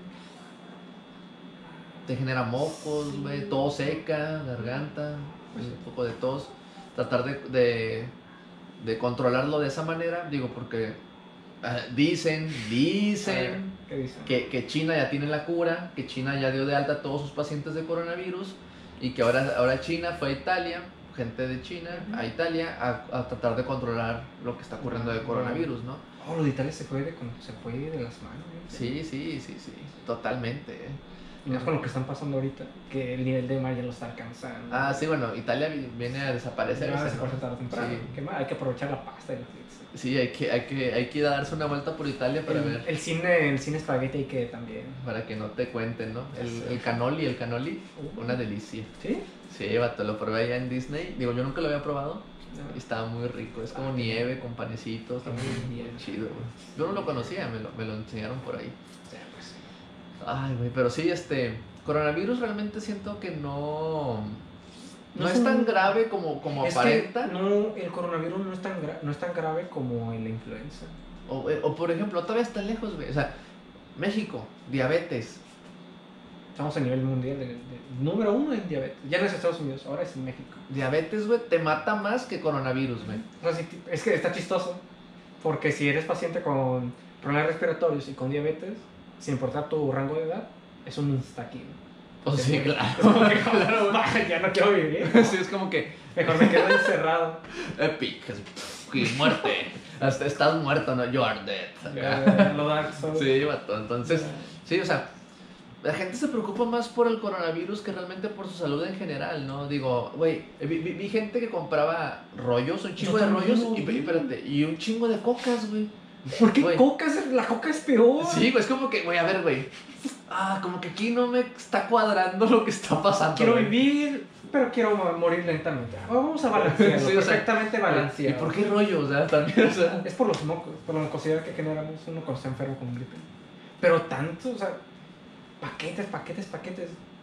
Te genera mocos, güey, tos seca, garganta, pues, un poco de tos. Tratar de, de, de controlarlo de esa manera, digo, porque ah, dicen, A ver, dicen ¿qué dice? que, que China ya tiene la cura, que China ya dio de alta a todos sus pacientes de coronavirus y que ahora, ahora China fue a Italia, gente de China, Ujú. a Italia, a, a tratar de controlar lo que está ocurriendo de coronavirus, ¿no? Oh, lo de Italia se fue de, con- se fue de las manos. ¿eh? Sí, sí, sí, sí, totalmente. ¿eh? Y más con lo que están pasando ahorita, que el nivel de mar ya lo está alcanzando. Ah, sí, bueno, Italia vi- viene a desaparecer. Ya ese, se ¿no? puede tarde o temprano. Sí. ¿Qué más? Hay que aprovechar la pasta y la pizza. Sí, hay que, hay que, hay que ir a darse una vuelta por Italia para el, ver, el cine, el cine espagueti hay que también. para que no te cuenten, ¿no? El, Sí. el canoli, el canoli, Uh. una delicia. ¿Sí? Sí, vato, lo probé allá en Disney. Digo, yo nunca lo había probado. No. Y estaba muy rico. Es como Ah, nieve con panecitos. Está muy bien. bien chido, güey. Yo no lo conocía, me lo, me lo enseñaron por ahí. O sea, pues, Ay, güey, pero sí, este... Coronavirus realmente siento que no... No, No es es tan un- grave como, como es que aparenta. no, el coronavirus no es tan, gra- no es tan grave como en la influenza. O, eh, o, por ejemplo, todavía está lejos, güey. O sea, México, diabetes. Estamos a nivel mundial, de, de- número uno en diabetes. Ya no es Estados Unidos, ahora es en México. Diabetes, güey, te mata más que coronavirus, güey. O sea, sí, es que está chistoso, porque si eres paciente con problemas respiratorios y con diabetes, sin importar tu rango de edad, es un insta-kill. O sí, claro. Como que, "Bah, ya no quiero vivir, Sí, es como que... mejor me quedo encerrado. Epic. así, pf, y muerte. Hasta estás muerto, ¿no? You are dead. acá. Ya, Lo Dark Souls. Sí, vato. Entonces, sí, o sea, la gente se preocupa más por el coronavirus que realmente por su salud en general, ¿no? Digo, güey, vi, vi- vi gente que compraba rollos, un chingo Yo de también rollos lo y, vi. y espérate, y un chingo de cocas, güey. ¿Por qué Güey. coca? es- La coca es peor. Sí, güey, es como que, güey, a ver, güey. Ah, como que aquí no me está cuadrando lo que está pasando. Quiero güey. vivir, pero quiero mo- morir lentamente. Ah, Vamos a balancearlo, Sí, o sea, perfectamente ¿Y balanceado. por qué rollos? O sea, también, o sea. Es por los mocos, por la mucosidad que generamos uno cuando está enfermo con gripe. Pero tanto, o sea, paquetes, paquetes, paquetes.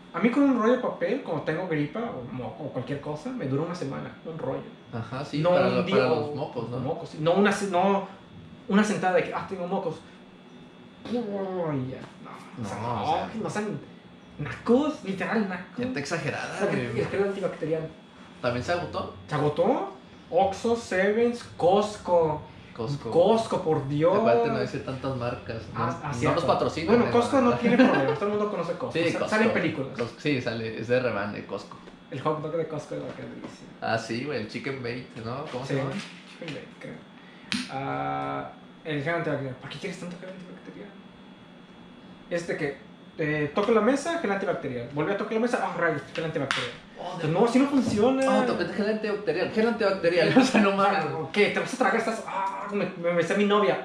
A mí con un rollo de papel, cuando tengo gripa o, mo- o cualquier cosa, me dura una semana, un rollo. Ajá, sí, no para, un lo- día para o- los mocos, ¿no? mocos, sí. No una, se- no una sentada de que, ah, tengo mocos. Uy, ya. No, o sea, No, no, o sea, que no sean nacos, literal nacos. gente exagerada, Es que- güey. es que el antibacterial. ¿También se agotó? ¿Se agotó? Oxxo, Sevens, Costco. Costco. Costco, por Dios. Aparte no dice tantas marcas. No, Ah, ah, no cierto. nos patrocinan. Bueno, eh, Costco la no verdad. tiene problema, todo el mundo conoce Costco. Sí, Sa- Costco. Salen películas. Costco, sí, sale, es de rebane, Costco. El hot dog de Costco es lo que delicia. Ah, sí, güey, el chicken bake, ¿no? ¿Cómo Sí, se llama? chicken bake, creo. Ah, el gel antibacterial. ¿Para qué quieres tanto gel antibacterial? Este que eh, toco la mesa, gel antibacterial. Volví a tocar la mesa, ah, rayos, gel antibacterial. Oh, Pues no, así no funciona. Oh, toqué gel antibacterial. Gel antibacterial, o sea, no mames. Ah, ¿qué? ¿Te vas a tragar estas? Ah, me, me besé a mi novia.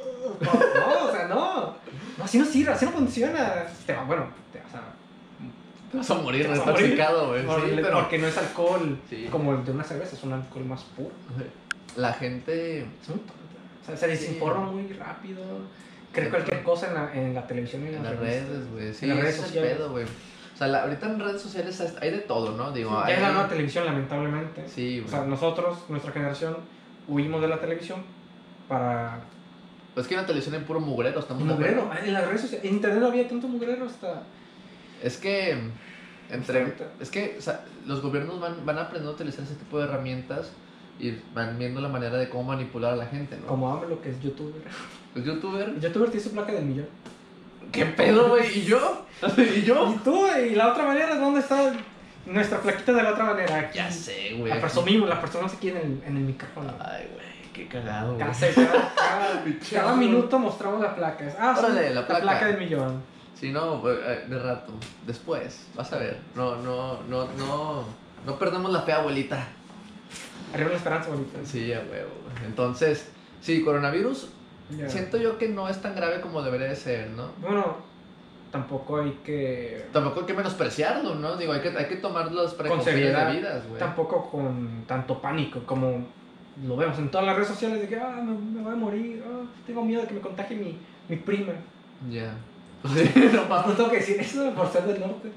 No, o sea, no. No, así no sirve, así no funciona. Te va, bueno, te vas a... Te vas a morir, Te no vas a estás morir. picado, güey. Por- Sí, pero Porque no es alcohol Sí. como el de una cerveza, es un alcohol más puro. la gente. Es muy tonta. O sea, se desinforma muy rápido. Cree Sí. cualquier cosa en la, en la televisión y en, En las las revistas. redes, güey. Sí, En las redes eso es sociales. pedo, güey. O sea, la- ahorita en redes sociales hay de todo, ¿no? Digo, Ya hay... es la nueva televisión, lamentablemente. Sí, O güey. sea, nosotros, nuestra generación, huimos de la televisión para... Pues que una televisión en puro mugrero, estamos de Mugrero. acuerdo. Ah, en las redes sociales. En internet no había tanto mugrero hasta... Es que. Entre, Hasta ahorita. es que o sea, los gobiernos van, van aprendiendo a utilizar ese tipo de herramientas y van viendo la manera de cómo manipular a la gente, ¿no? Como AMLO, que es youtuber. Los youtubers. El youtuber tiene su placa del millón. ¿Qué pedo, güey? ¿Y yo? ¿Y yo? ¿Y tú? ¿Y la otra manera? ¿Dónde está nuestra plaquita de la otra manera? Aquí. Ya sé, güey. La presumimos, la presumimos aquí en el, en el micrófono. Ay, güey, qué cagado, güey. Cada, cada, cada, cada minuto mostramos la placa. Ah, sí, Órale, la placa. del millón. Sí, no, güey, eh, de rato. Después, vas a ver. No, no, no, no. No perdemos la fe, abuelita. Arriba la esperanza, bonita. Sí, a huevo, güey. Entonces, sí, coronavirus. Ya. Siento yo que no es tan grave como debería de ser, ¿no? Bueno, tampoco hay que... Tampoco hay que menospreciarlo, ¿no? Digo, hay que, hay que tomar las Con precauciones seriedad. debidas, güey. Tampoco con tanto pánico como lo vemos en todas las redes sociales de que, ah, me, me voy a morir, ah, tengo miedo de que me contagie mi, mi prima. Ya. Sí, no No mames. tengo que decir eso por ser del norte.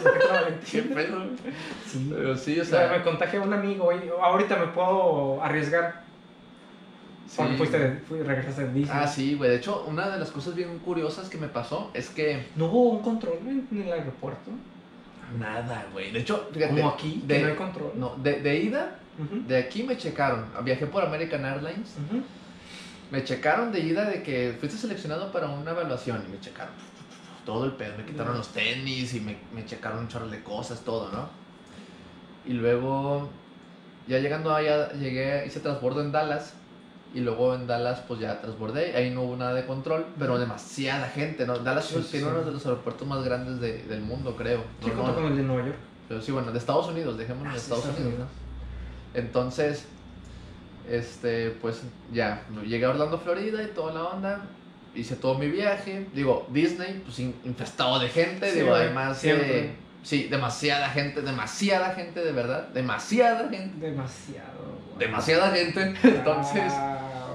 Qué pedo. Sí. Pero sí, o O sea, sea. me contagia un amigo y ahorita me puedo arriesgar. Porque sí. fuiste de, fui, regresaste de Disney. Ah, sí, güey. De hecho, una de las cosas bien curiosas que me pasó es que. ¿No hubo un control en, en el aeropuerto? Nada, güey. De hecho, fíjate. Como aquí, de, que no hay control. No, de, de ida, Ujú, de aquí me checaron. Viajé por American Airlines. ujú. Me checaron de ida de que fuiste seleccionado para una evaluación y me checaron todo el pedo. Me quitaron Ya. los tenis y me, me checaron un chorro de cosas, todo, ¿no? Y luego, ya llegando allá, llegué, hice transbordo en Dallas. Y luego en Dallas, pues ya transbordé. Ahí no hubo nada de control, pero demasiada gente, ¿no? Dallas Sí, tiene sí. uno de los aeropuertos más grandes de- del mundo, creo. Sí, No, junto no, con el de Nueva York. pero sí, bueno, de Estados Unidos, dejémoslo Ah, de sí, Estados Estados Unidos, ¿no? Entonces, este, pues ya, llegué a Orlando, Florida y toda la onda. Hice todo mi viaje. Digo, Disney, pues in- infestado de gente. Sí, digo, güey, además, siempre. eh, sí, demasiada gente, demasiada gente, de verdad. Demasiada gente. Demasiado. güey. Demasiada gente. Entonces, Ah,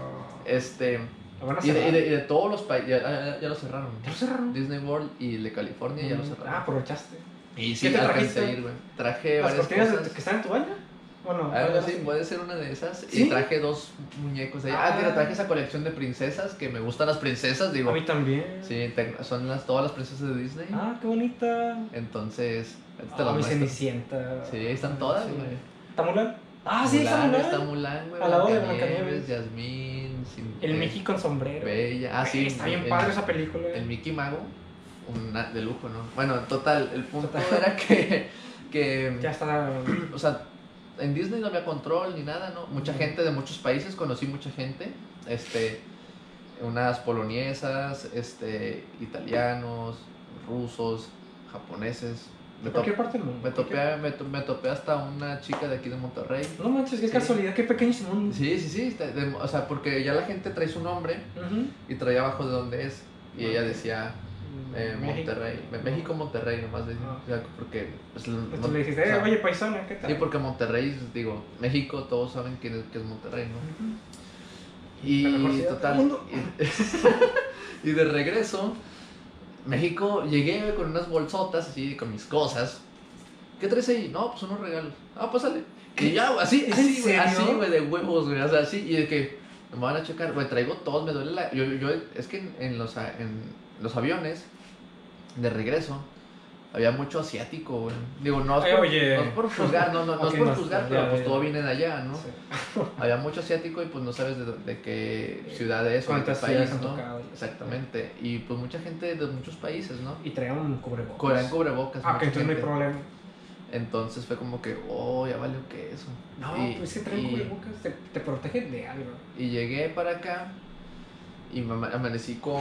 este, lo van a y de, y cerrar. de- y de todos los países, ya, ya- ya lo cerraron. ¿Ya lo cerraron? Disney World y el de California ya lo Mm, cerraron. Ah, aprovechaste. Y sí, ¿qué te alcancé trajiste? a ir, güey. Traje ¿Las varias cortinas de- cosas. que están en tu baño? ¿O no? Algo ¿Cuál así, era? puede ser una de esas. ¿Sí? Y traje dos muñecos de allá. Ah, Ah. mira, traje esa colección de princesas que me gustan las princesas, digo. A mí también. Sí, te- son las, todas las princesas de Disney. Ah, qué bonita. Entonces, ahorita te Ah, las mi muestro. Cenicienta. Sí, ahí están todas, Sí. güey. ¿Está Mulan? Ah, sí, está Mulan, Mulan. está Mulan, güey. A la hora de Blancanieves, Blancanieves. Yasmín, Sin- El eh, Mickey con sombrero. Bella. Ah, sí. Güey, Está bien el- padre esa película. El Mickey Mago, una de lujo, ¿no? Bueno, total, el punto Total. era que, que Ya está. o sea, en Disney no había control ni nada, ¿no? Mucha Ujú. gente de muchos países, conocí mucha gente, este, unas poloniesas, este, italianos, rusos, japoneses. De Me, to- cualquier parte del mundo. me topé, me, to- me topé hasta una chica de aquí de Monterrey. No manches, qué Sí. casualidad, qué pequeñísimo mundo. Sí, sí, sí, de- de- o sea, porque ya la gente trae su nombre Ujú. y traía abajo de dónde es. Y ella Ok. decía eh, México. Monterrey, Me- México, Monterrey, nomás decía, Ah. o sea, porque pues, el- Entonces le o dijiste, eh, sea, oye, paisana, ¿qué tal? sí, porque Monterrey, digo, México, todos saben quién es, que es Monterrey, ¿no? Ujú. Y La mejor ciudad total, del mundo. y, y de regreso, México, llegué güey, con unas bolsotas así, con mis cosas. ¿Qué traes ahí? No, pues unos regalos. Ah, pues sale. Y ya, güey, así, así, güey, así, güey, de huevos, güey, o sea, así, y de que me van a checar, güey, traigo todos, me duele la... Yo, yo, es que en, en los, a- en los aviones de regreso había mucho asiático, güey. Digo, no es Ay, por, oye. no es por juzgar, no, no, no Ok, es por no, juzgar, ya, pero ya, pues ya. todo viene de allá, ¿no? Sí. Había mucho asiático y pues no sabes de, de qué ciudad es o de qué ¿Cuántas ciudades país, han ¿no? tocado? Exactamente. Y pues mucha gente de muchos países, ¿no? Y traían un cubrebocas. Corean cubrebocas. Ah, mucha que entonces no hay gente. problema. Entonces fue como que, oh, ya valió que eso. No, Y- pues es que traen y- cubrebocas, te, te protegen de algo. Y llegué para acá y me ama- amanecí con.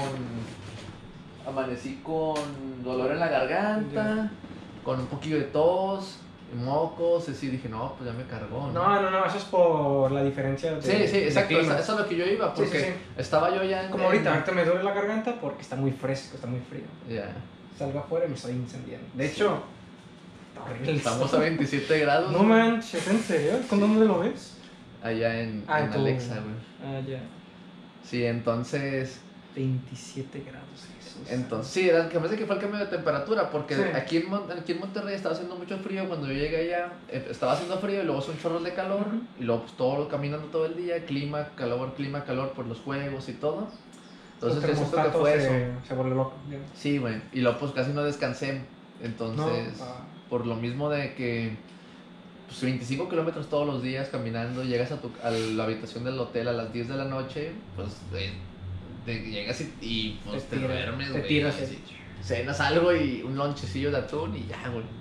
Amanecí con dolor en la garganta, con un poquillo de tos, mocos, así dije, no, pues ya me cargó, ¿no? No, no, no, eso es por la diferencia de. Sí, sí, de exacto, clima. eso eso es lo que yo iba, Sí, porque sí, sí. estaba yo ya en. Como ahorita, ahorita me duele la garganta porque está muy fresco, está muy frío. Ya, Salgo afuera y me estoy incendiando. De hecho, está horrible el estamos sol. a veintisiete grados. No güey, manches, ¿en serio? ¿Con dónde lo ves? Allá en, Ah, en tu- Alexa, güey. Ah, ya. Sí, entonces. veintisiete grados, Jesús. Entonces, sí, era, que me parece que fue el cambio de temperatura, porque Sí. aquí, en Mon- aquí en Monterrey estaba haciendo mucho frío, cuando yo llegué allá eh, estaba haciendo frío y luego son chorros de calor, Ujú. y luego pues todo caminando todo el día, clima, calor, clima, calor por los juegos y todo. Entonces El yo siento que termostato fue se, eso. se vuelve loco. ya. Sí, güey, y luego pues casi no descansé, entonces, No, ah. por lo mismo de que pues veinticinco kilómetros todos los días caminando, llegas a, tu, a la habitación del hotel a las diez de la noche, pues eh, te llegas y, y, pues te, Te tiras, duermes, te güey, tiras, así, cenas algo y un lonchecillo de atún y ya, güey.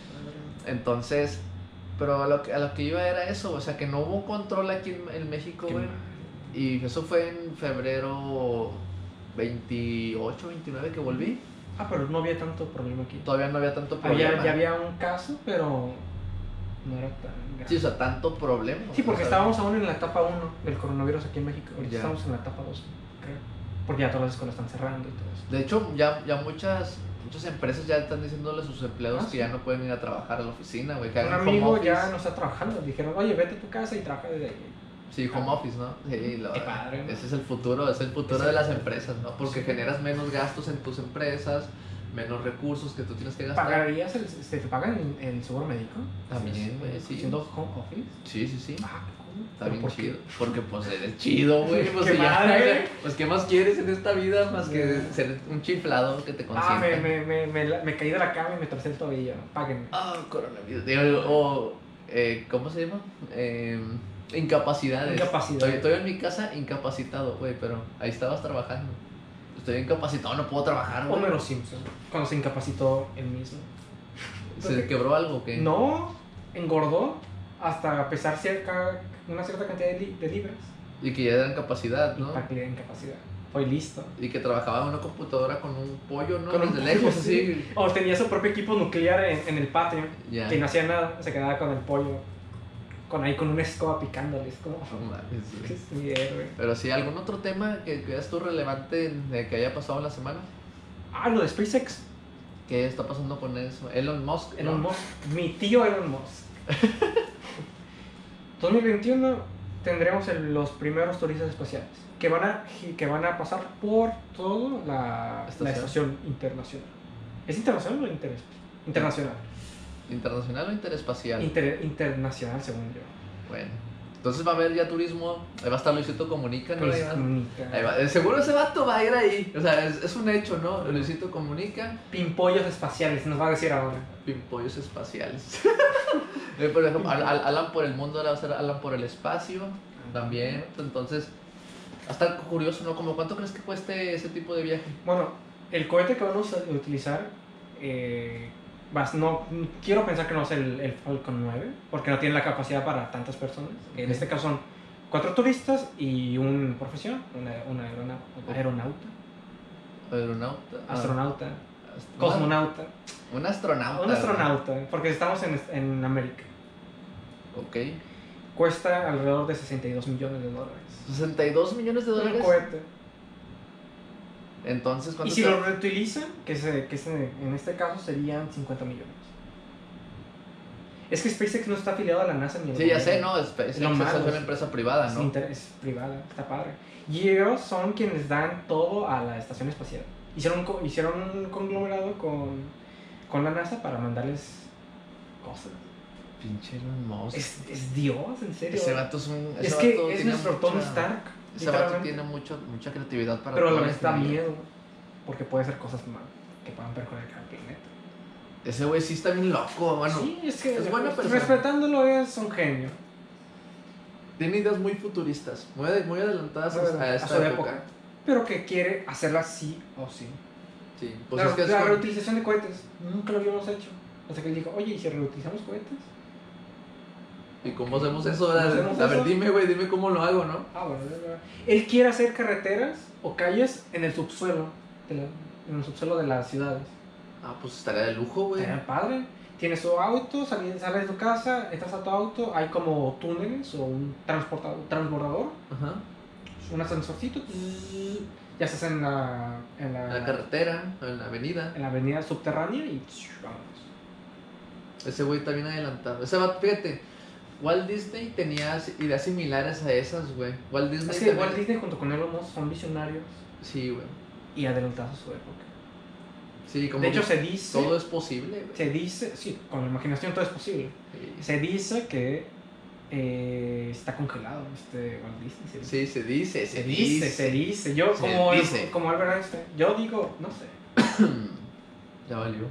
Entonces, pero a lo, que, a lo que iba era eso, o sea, que no hubo control aquí en, en México, Qué güey. mal. Y eso fue en febrero veintiocho, veintinueve que volví. Ah, pero no había tanto problema aquí. Todavía no había tanto problema. Había, ya había un caso, pero no era tan grave. Sí, o sea, tanto problema. Sí, porque o sea, estábamos aún en la etapa uno del coronavirus aquí en México. Ahorita Ya. estamos en la etapa dos, creo. Porque ya todas las escuelas están cerrando y todo eso. De hecho, ya, ya muchas, muchas empresas ya están diciéndole a sus empleados Ah, que sí. ya no pueden ir a trabajar a la oficina, güey. Que Un hagan home amigo office. ya no está trabajando. Dijeron, oye, vete a tu casa y trabaja desde ahí. Sí, home office, ¿no? Sí, lo- Qué padre, ¿no? Ese es el futuro, es el futuro Ese de es el las futuro. empresas, ¿no? Porque Sí. generas menos gastos en tus empresas, menos recursos que tú tienes que gastar. ¿Pagarías el, este, te pagan el seguro médico? También, güey, sí. Siendo home office. Sí, sí, sí. Ah, qué cool. Está ¿Pero bien por qué? chido. Porque pues eres chido, güey. Pues, ¡Qué si ya- madre! pues qué más quieres en esta vida más que Ya. ser un chiflado que te Ah, consienta. me, me, me, me, la- me caí de la cama y me torcí el tobillo. Páguenme. Ah, coronavirus. Digo, o, eh, ¿cómo se llama? Eh, incapacidades. Incapacidad. Estoy, estoy en mi casa incapacitado, güey, pero ahí estabas trabajando. Estoy incapacitado, no puedo trabajar, güey. Homero Simpson, cuando se incapacitó él mismo. ¿Se le quebró algo o qué? No, engordó hasta pesar cerca, una cierta cantidad de, li- de libras. Y que ya era incapacidad, ¿no? Para que le dé incapacidad. Fue listo. Y que trabajaba en una computadora con un pollo, ¿no? Con un Desde pollo, lejos, sí. así. O tenía su propio equipo nuclear en, en el patio. Ya. Que no hacía nada, se quedaba con el pollo. Con ahí con una escoba picándole. Es como. No mames, güey. Es mi héroe. Pero sí, ¿algún otro tema que veas tú relevante de que haya pasado en la semana? Ah, lo de SpaceX. ¿Qué está pasando con eso? Elon Musk. Elon ¿no? Musk. Mi tío Elon Musk. dos mil veintiuno tendremos el- los primeros turistas espaciales que van a, gi- que van a pasar por toda la, Estación. la estación internacional. ¿Es internacional o inter- internacional? ¿Internacional o interespacial? Inter- internacional, según yo. Bueno, entonces va a haber ya turismo. Ahí va a estar Luisito Comunica, ¿no? Luis Ahí va. Comunica. Ahí va. Eh, Seguro ese vato va a ir ahí. O sea, es, es un hecho, ¿no? Luisito Comunica, Pimpollos espaciales, nos va a decir ahora. pimpollos espaciales. Eh, Por ejemplo, Al- Al- Alan por el mundo, ahora va a ser Alan por el espacio. También. Entonces, va a estar curioso, ¿no? Como cuánto crees que cueste ese tipo de viaje. Bueno, el cohete que vamos a utilizar, eh, vas- no, quiero pensar que no es el, el Falcon nueve, porque no tiene la capacidad para tantas personas. En Ok. este caso son cuatro turistas y un profesional, una, una aerona- Ok. aeronauta, Aeronauta. ah, astronauta, ast- cosmonauta, Un astronauta. un astronauta, porque estamos en, en América. güey. Ok. Cuesta alrededor de sesenta y dos millones de dólares. sesenta y dos millones de Un dólares. cohete. Entonces, Y ¿cuánto si te- lo reutilizan, que, se, que se- en este caso serían cincuenta millones. Es que SpaceX no está afiliado a la NASA ni a Sí, ya sé, ¿no? Es, es, Lo es malo, una empresa privada, Es, ¿no? inter- es privada, está padre. Y ellos son quienes dan todo a la estación espacial. Hicieron un, co- hicieron un conglomerado con, con la NASA para mandarles cosas. Pinche Elon Musk. Es, es Dios, en serio. Ese vato es un. Ese es vato que es tiene nuestro mucha- Tony Stark. Ese vato literalmente. tiene mucho, mucha creatividad para Pero a la toda vez da ingeniería. miedo. Porque puede hacer cosas mal que puedan perjudicar al planeta. Ese güey sí está bien loco, bueno. sí, es que es buena persona. respetándolo es un genio. Tiene ideas muy futuristas, muy, muy adelantadas a, A a esta su época. época. Pero que quiere hacerla sí o sí. Sí, pues la es que es la con- reutilización de cohetes, nunca lo habíamos hecho. Hasta que él dijo, oye, ¿y si reutilizamos cohetes? ¿Y cómo hacemos eso? ¿Cómo A, hacemos a ver, eso? dime, güey, dime cómo lo hago, ¿no? Ah, bueno, ya, ya. Él quiere hacer carreteras o calles en el subsuelo, de la- en el subsuelo de las ciudades. Ah, pues estaría de lujo, güey. Estaría padre. Tienes tu auto, sales, sales de tu casa, entras a tu auto, hay como túneles o un transportador, transbordador, Ajá. un ascensorcito, tss, ya estás en la, en la, En la carretera, en la avenida. en la avenida subterránea y tss, vámonos. Ese güey está bien adelantado. Ese vato, fíjate, Walt Disney tenía ideas similares a esas, güey. Walt Disney Es que también- Walt Disney junto con Elon Musk son visionarios Sí, güey. y adelantados a su época. Sí, como De hecho, que se dice, todo es posible, güey. se dice, sí, con la imaginación todo es posible. Sí. Se dice que eh, está congelado este Walt Disney. Se dice. Sí, se dice, se, Se dice, se dice. Yo, Se como, dice. como Albert Einstein, yo digo, no sé. Ya valió.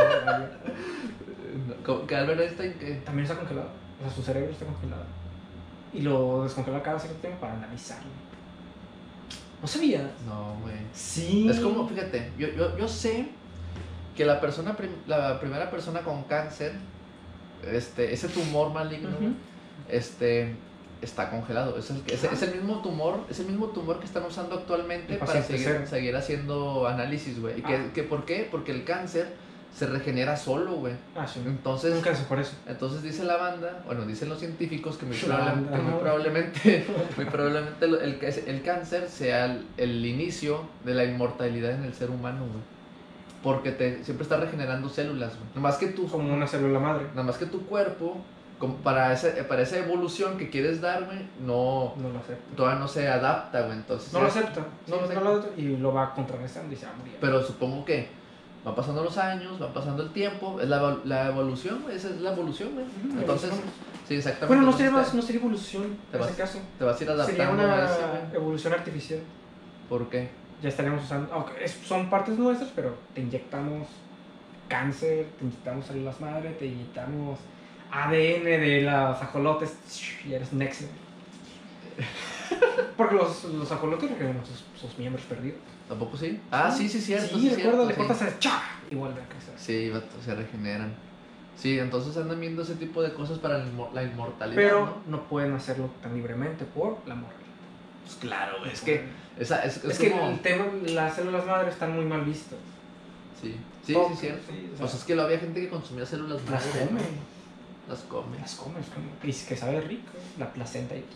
Como que Albert Einstein, ¿qué? También está congelado. O sea, su cerebro está congelado. Y lo descongela cada cierto tiempo para analizarlo. ¿No sabías? No, güey. Sí. Es como, fíjate, yo, yo, yo sé que la persona, prim- la primera persona con cáncer, este, ese tumor maligno, Ujú. este, está congelado. Es el, es, Ah. es el mismo tumor, es el mismo tumor que están usando actualmente El para paciente seguir, cero. seguir haciendo análisis, güey. ¿Y que, Ah. que por qué? Porque el cáncer se regenera solo, güey. Ah, sí. Entonces, Nunca se por eso. entonces dice la banda, bueno, dicen los científicos que muy, La probable- banda, que muy ¿no? probablemente, muy probablemente lo- el, el cáncer sea el, el inicio de la inmortalidad en el ser humano, güey. Porque te, siempre está regenerando células, güey. Nada más que tu, Como una célula madre. nada más que tu cuerpo, como para, esa, para esa evolución que quieres dar, güey, no, No lo acepta. todavía no se adapta, güey. Entonces, No lo es- acepta. Sí, No, exacto. no lo acepta y lo va contrarrestando y se va a morir. Pero supongo que van pasando los años, van pasando el tiempo, es la, evol- la evolución, güey, esa es la evolución, güey. Ujú, Entonces, evolución. sí, exactamente. Bueno, no Entonces sería, te- más, no sería evolución te en vas- ese caso. Te vas a ir adaptando Sería una a eso, güey. evolución artificial. ¿Por qué? Ya estaríamos usando. aunque es- son partes nuestras, pero te inyectamos cáncer, te inyectamos células madre, te inyectamos A D N de las ajolotes y eres Next. Porque los, los ajolotes regeneran sus, sus miembros perdidos. ¿Tampoco sí? Ah, sí, sí, cierto. Sí, sí, recuerda, le cierto, cortas sí. el cha y vuelve a crecer. Sí, vato, se regeneran. Sí, entonces andan viendo ese tipo de cosas para la inmo- la inmortalidad, Pero ¿no? no pueden hacerlo tan libremente por la moral. Pues claro, güey, es que esa, es, es, Es, que como... el tema, las células madre están muy mal vistas. Sí, sí, Poco, sí, cierto. sí, o sea, Pues es que lo había gente que consumía células las madre, come. ¿no? Las come. Las comes, como, y es que sabe rico. La placenta y.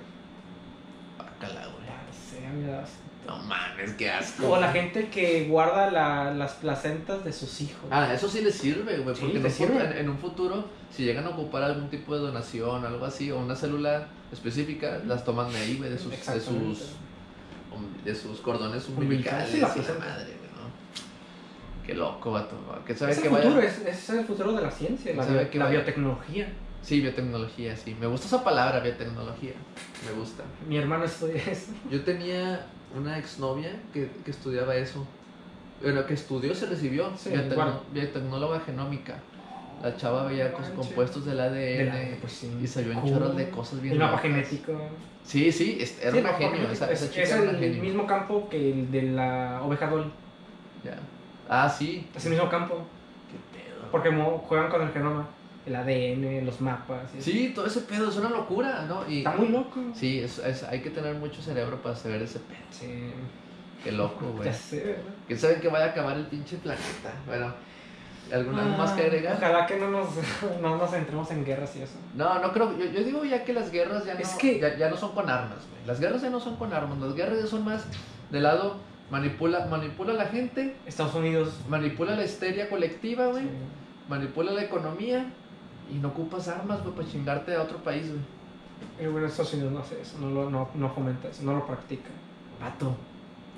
Bácala, güey. Sea, me das. No mames, qué asco. O la gente que guarda la, las placentas de sus hijos. Ah, eso sí les sirve, güey, Sí, porque en, les un fu- sirve. en- en un futuro, si llegan a ocupar algún tipo de donación, algo así, o una célula específica, las toman de ahí, güey, de sus, de Exactamente. sus, um, de sus cordones Umbilicales, umbilicales sí, y la la placenta. madre, güey, ¿no? Qué loco, vato. ¿Qué Es sabe el que futuro, vaya? es, es el futuro de la ciencia, la, ¿Sabe bio- que la vaya? biotecnología. Sí, biotecnología, sí. Me gusta esa palabra, biotecnología. Me gusta. Mi hermano estudia eso. Yo tenía una exnovia que, que estudiaba eso. Bueno, que estudió, se recibió. Sí, biotecno- igual. biotecnóloga genómica. La chava veía No cos- manches. compuestos del A D N. De la- pues sí. Y sabía un Cool. chorro de cosas bien El mapa locas. genético. Sí, sí, es- era Sí, el una mapa genio. genético. Esa, esa es, chica es era una el genio. mismo campo que el de la oveja Dolly. Ya. Ah, sí. Es el mismo campo. Qué pedo. Porque mo- juegan con el genoma. El A D N, los mapas. y eso. Sí, todo ese pedo es una locura, ¿no? Y, Está muy loco. Sí, es, es- hay que tener mucho cerebro para saber ese pedo. Sí. Qué loco, güey. Ya sé, ¿verdad? ¿Quién sabe que vaya a acabar el pinche planeta? Bueno, ¿alguna algo más que Ah, agregar? Ojalá que no nos, no nos entremos en guerras y eso. No, no creo. Yo, yo digo ya que las guerras ya no, Es que- ya, ya no son con armas, güey. Las guerras ya no son con armas. Las guerras ya son más de lado. Manipula, manipula a la gente, Estados Unidos. manipula la histeria colectiva, güey. Sí. Manipula la economía y no ocupas armas, güey, para chingarte a otro país, güey. Pero bueno, Estados Unidos no hace eso, no, lo, no, no fomenta eso, no lo practica. Pato.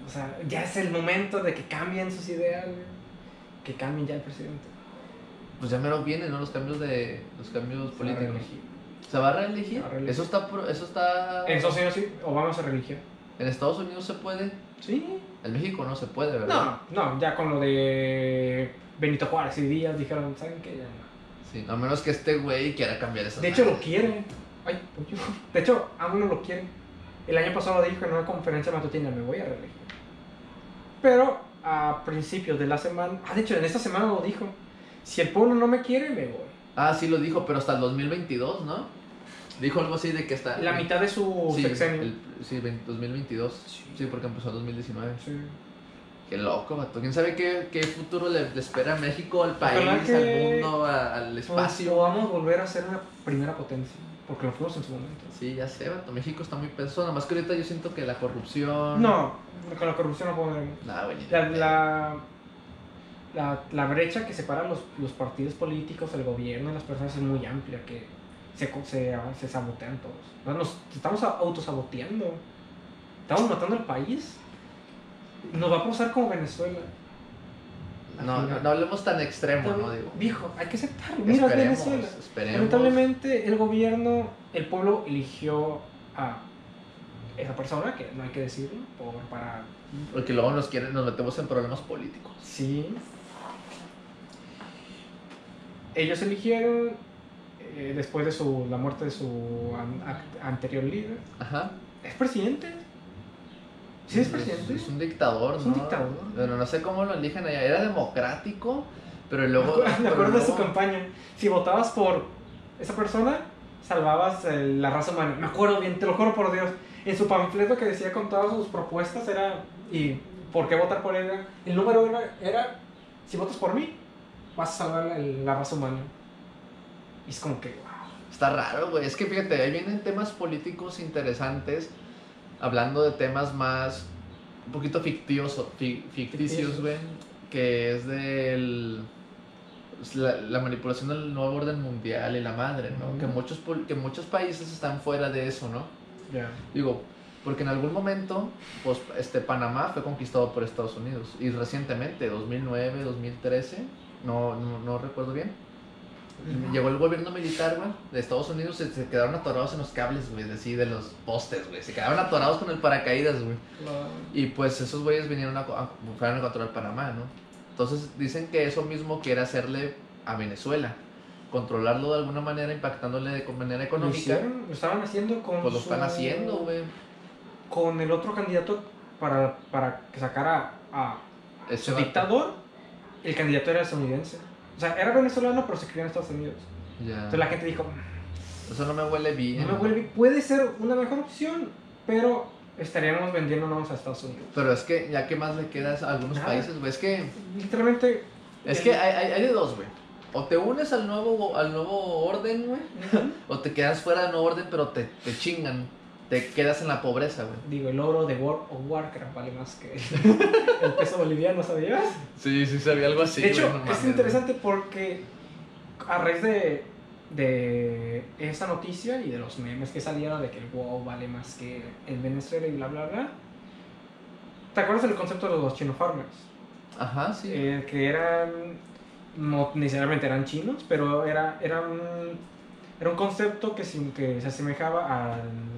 O sea, ya es el momento de que cambien sus ideales, que cambien ya el presidente. Pues ya mero vienen, ¿no? Los cambios de los cambios Se va a políticos. reelegir. ¿Se va a reelegir? Se va a reelegir. Eso está pro- eso está En Estados Unidos sí, Obama se reeligió. en Estados Unidos se puede. Sí. En México no se puede, ¿verdad? No, no, ya con lo de Benito Juárez y Díaz dijeron, ¿saben qué? Ya no. Sí, a menos que este güey quiera cambiar esa De hecho, madre. lo quiere. Ay, pollo. De hecho, aún no lo quiere. El año pasado lo dijo en una conferencia matutina, me voy a reelegir. Pero a principios de la semana, ah, de hecho, en esta semana lo dijo, si el pueblo no me quiere, me voy. Ah, sí lo dijo, pero hasta el dos mil veintidós, ¿no? Dijo algo así de que está... La mitad de su sí, sexenio. el- sí, veinte dos mil veintidós. Sí. Sí, porque empezó en dos mil diecinueve. Sí. Qué loco, vato. ¿Quién sabe qué, qué futuro le, le espera a México, al país, Ojalá que- al mundo, a- al Pues, espacio? podamos volver a ser una primera potencia, porque lo fuimos en su momento. Sí, ya sé, vato. México está muy pesado. Nada más que ahorita yo siento que la corrupción... No, con la corrupción no podemos. Nada, güey. ni La, de pedo. la, la, la brecha que separa los, los partidos políticos, el gobierno y las personas es muy amplia, que se, se, se sabotean todos. Nos, nos estamos autosaboteando. Estamos matando al país. Nos va a pasar como Venezuela. No, no, no hablemos tan extremo, ¿no? Digo, Viejo, hay que aceptarlo. Mira, esperemos, Venezuela. esperemos. Lamentablemente, el gobierno, el pueblo eligió a esa persona, que no hay que decirlo, por, para... Porque luego nos quieren, nos metemos en problemas políticos. Sí. Ellos eligieron, eh, después de su, la muerte de su an- a- anterior líder, Ajá. es presidente. Sí, es presidente. Es un dictador, Es ¿no? un dictador. Pero no sé cómo lo eligen allá. Era democrático, pero Me luego... acuerdo, me pero acuerdo de su luego- campaña. Si votabas por esa persona, salvabas eh, la raza humana. Me acuerdo bien, te lo juro por Dios. En su panfleto que decía con todas sus propuestas era, y por qué votar por él, era- el número era, era si votas por mí, vas a salvar la, la raza humana. Y es como que, wow. Está raro, güey. Es que fíjate, ahí vienen temas políticos interesantes, hablando de temas más, un poquito fictioso, fi- ficticios, Ficticios. güey, que es del... pues, La, la manipulación del nuevo orden mundial y la madre, ¿no? Ujú. Que, muchos, pol- que muchos países están fuera de eso, ¿no? Ya. Digo, porque en algún momento, pues, este, Panamá fue conquistado por Estados Unidos. Y recientemente, dos mil nueve, dos mil trece, no, no, no recuerdo bien, llegó el gobierno militar, güey, de Estados Unidos, se, se quedaron atorados en los cables, güey, de, así, de los postes, güey. Se quedaron atorados con el paracaídas, güey. Y pues esos güeyes vinieron a, a, fueron a controlar Panamá, ¿no? Entonces dicen que eso mismo quiere hacerle a Venezuela. Controlarlo de alguna manera, impactándole de manera Lo económica. hicieron, lo estaban haciendo con Pues lo su- están haciendo, güey. con el otro candidato para, para que sacara a Ese su vato. dictador. El candidato era estadounidense. O sea, era venezolano, pero se crió en Estados Unidos. Ya. Entonces la gente dijo, Eso no me huele bien. no me vuelve, puede ser una mejor opción, pero estaríamos vendiéndonos a Estados Unidos. Pero es que ya que más le quedas a algunos Nada. países, güey. Es que, Literalmente... es el- que hay, hay, hay de dos, güey. O te unes al nuevo, al nuevo orden, güey. O te quedas fuera del nuevo orden, pero te, te chingan. Te quedas en la pobreza, güey. Digo, el oro de World of Warcraft vale más que el peso boliviano, ¿sabías? Sí, sí, sabía algo así. de hecho, güey, no es mames, interesante porque a raíz de, de esa noticia y de los memes que salieron de que el WoW vale más que el Venezuela y bla, bla, bla. ¿Te acuerdas del concepto de los chino farmers? güey. Ajá, sí. Eh, que eran, no necesariamente eran chinos, pero era, era, un, era un concepto que, sin, que se asemejaba al,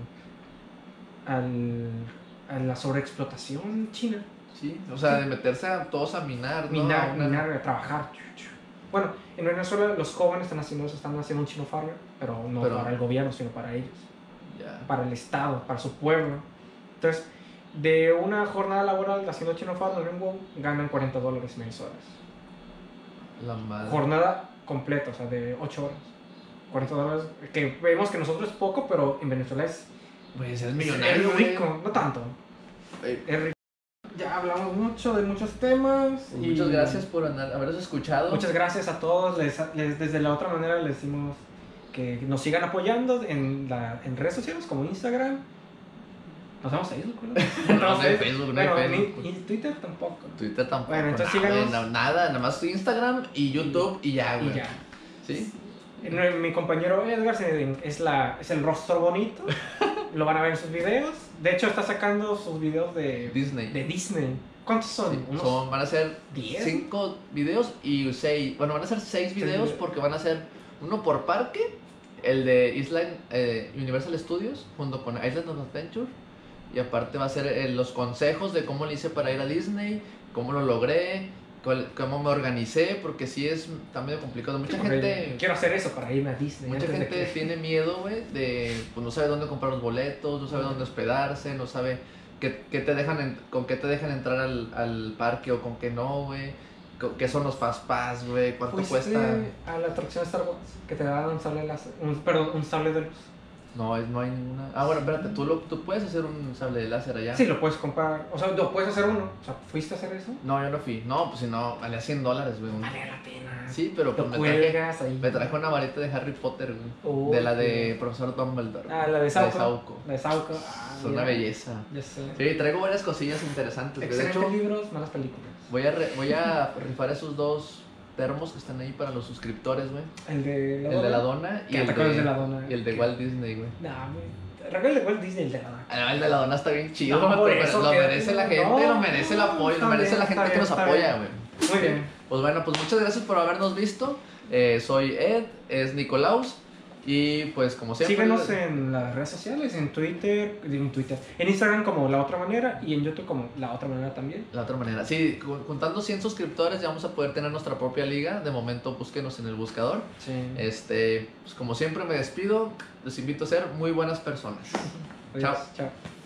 al, a la sobreexplotación china. Sí, o sea, de meterse a todos a minar, ¿no? Minar, Una- minar, a trabajar. Bueno, en Venezuela los jóvenes están haciendo eso, están haciendo un chino farmer, pero no Pero- para el gobierno, sino para ellos, Ya. para el Estado, para su pueblo. Entonces, de una jornada laboral haciendo chino farmer en WoW, ganan cuarenta dólares mensuales. La madre. Jornada completa, o sea, de ocho horas. cuarenta dólares, que vemos que nosotros es poco, pero en Venezuela es, Pues eres es millonario, güey. rico, no tanto. Güey, Es rico. Ya hablamos mucho de muchos temas. pues y muchas gracias por andar- habernos escuchado. Muchas gracias a todos. Les, les- desde la otra manera les decimos que nos sigan apoyando en, la, en redes sociales como Instagram. Nos vamos a Facebook, ¿no? No, no hay Facebook, no hay Bueno, Facebook. ni- y Twitter tampoco. Twitter tampoco. Bueno, entonces nada, síganos. güey, no, nada, nada más Instagram y YouTube y, ya, güey. Y ya. ¿Sí? Eh, Mi compañero Edgar se- es, la, es el rostro bonito. Lo van a ver en sus videos. De hecho, está sacando sus videos de Disney. De Disney. ¿Cuántos son? Sí, ¿Unos son, van a ser diez? cinco videos y seis. Bueno, van a ser seis videos videos. porque van a ser uno por parque, el de Island eh, Universal Studios, junto con Island of Adventure. Y aparte va a ser eh, los consejos de cómo le hice para ir a Disney, cómo lo logré, cuál- cómo me organicé, porque sí es está medio complicado. Mucha Porque gente, quiero hacer eso para irme a Disney. mucha antes de gente que- tiene miedo, güey, de pues no sabe dónde comprar los boletos, no sabe dónde hospedarse, no sabe qué, qué te dejan en- con qué te dejan entrar al, al parque o con qué no, güey. co- ¿Qué son los Fast Pass, güey? ¿Cuánto ¿Fuiste cuesta? a la atracción de Star Wars? Que te daban un sable láser. Un, perdón, un sable de luz. No, es- no hay ninguna. Ah, bueno, espérate, tú, lo, tú puedes hacer un sable de láser allá. Sí, lo puedes comprar. O sea, lo puedes hacer uno. O sea, ¿fuiste a hacer eso? No, yo no fui. No, pues si no, valía cien dólares, güey. un- Vale la pena. Sí, pero Lo pues me traje, cuelgas ahí. me traje una varita de Harry Potter, güey. Oh, de la de qué- Profesor Dumbledore. Ah, la de La Sauco. de Sauco. La de Sauco. Ah, Es una mira. belleza. Ya sé. Sí, traigo varias cosillas interesantes, güey. De Excelentes hecho, libros, malas películas. voy a, re- voy a rifar esos dos termos que están ahí para los suscriptores, güey. El de la El de la dona. dona y ¿Qué el te acuerdas de, de la dona? y el de ¿Qué? Walt Disney, güey. Nah, güey. Recuerda de Walt Disney, el de la dona. Ah, el de la dona está bien chido, No, güey, por pero eso lo que- merece la gente, no, lo merece el apoyo, lo está merece bien, la gente está que nos bien, está apoya, bien. güey. Muy bien. Pues bueno, pues muchas gracias por habernos visto. Eh, soy Ed, es Nicolaus. Y pues como siempre. Síguenos en las redes sociales, en Twitter, digo, en Twitter, en Instagram como La Otra Manera y en YouTube como La Otra Manera también. La otra manera. Sí, cu- juntando cien suscriptores ya vamos a poder tener nuestra propia liga. De momento búsquenos en el buscador. Sí. Este, pues como siempre me despido. Les invito a ser muy buenas personas. Adiós. chao. Chao.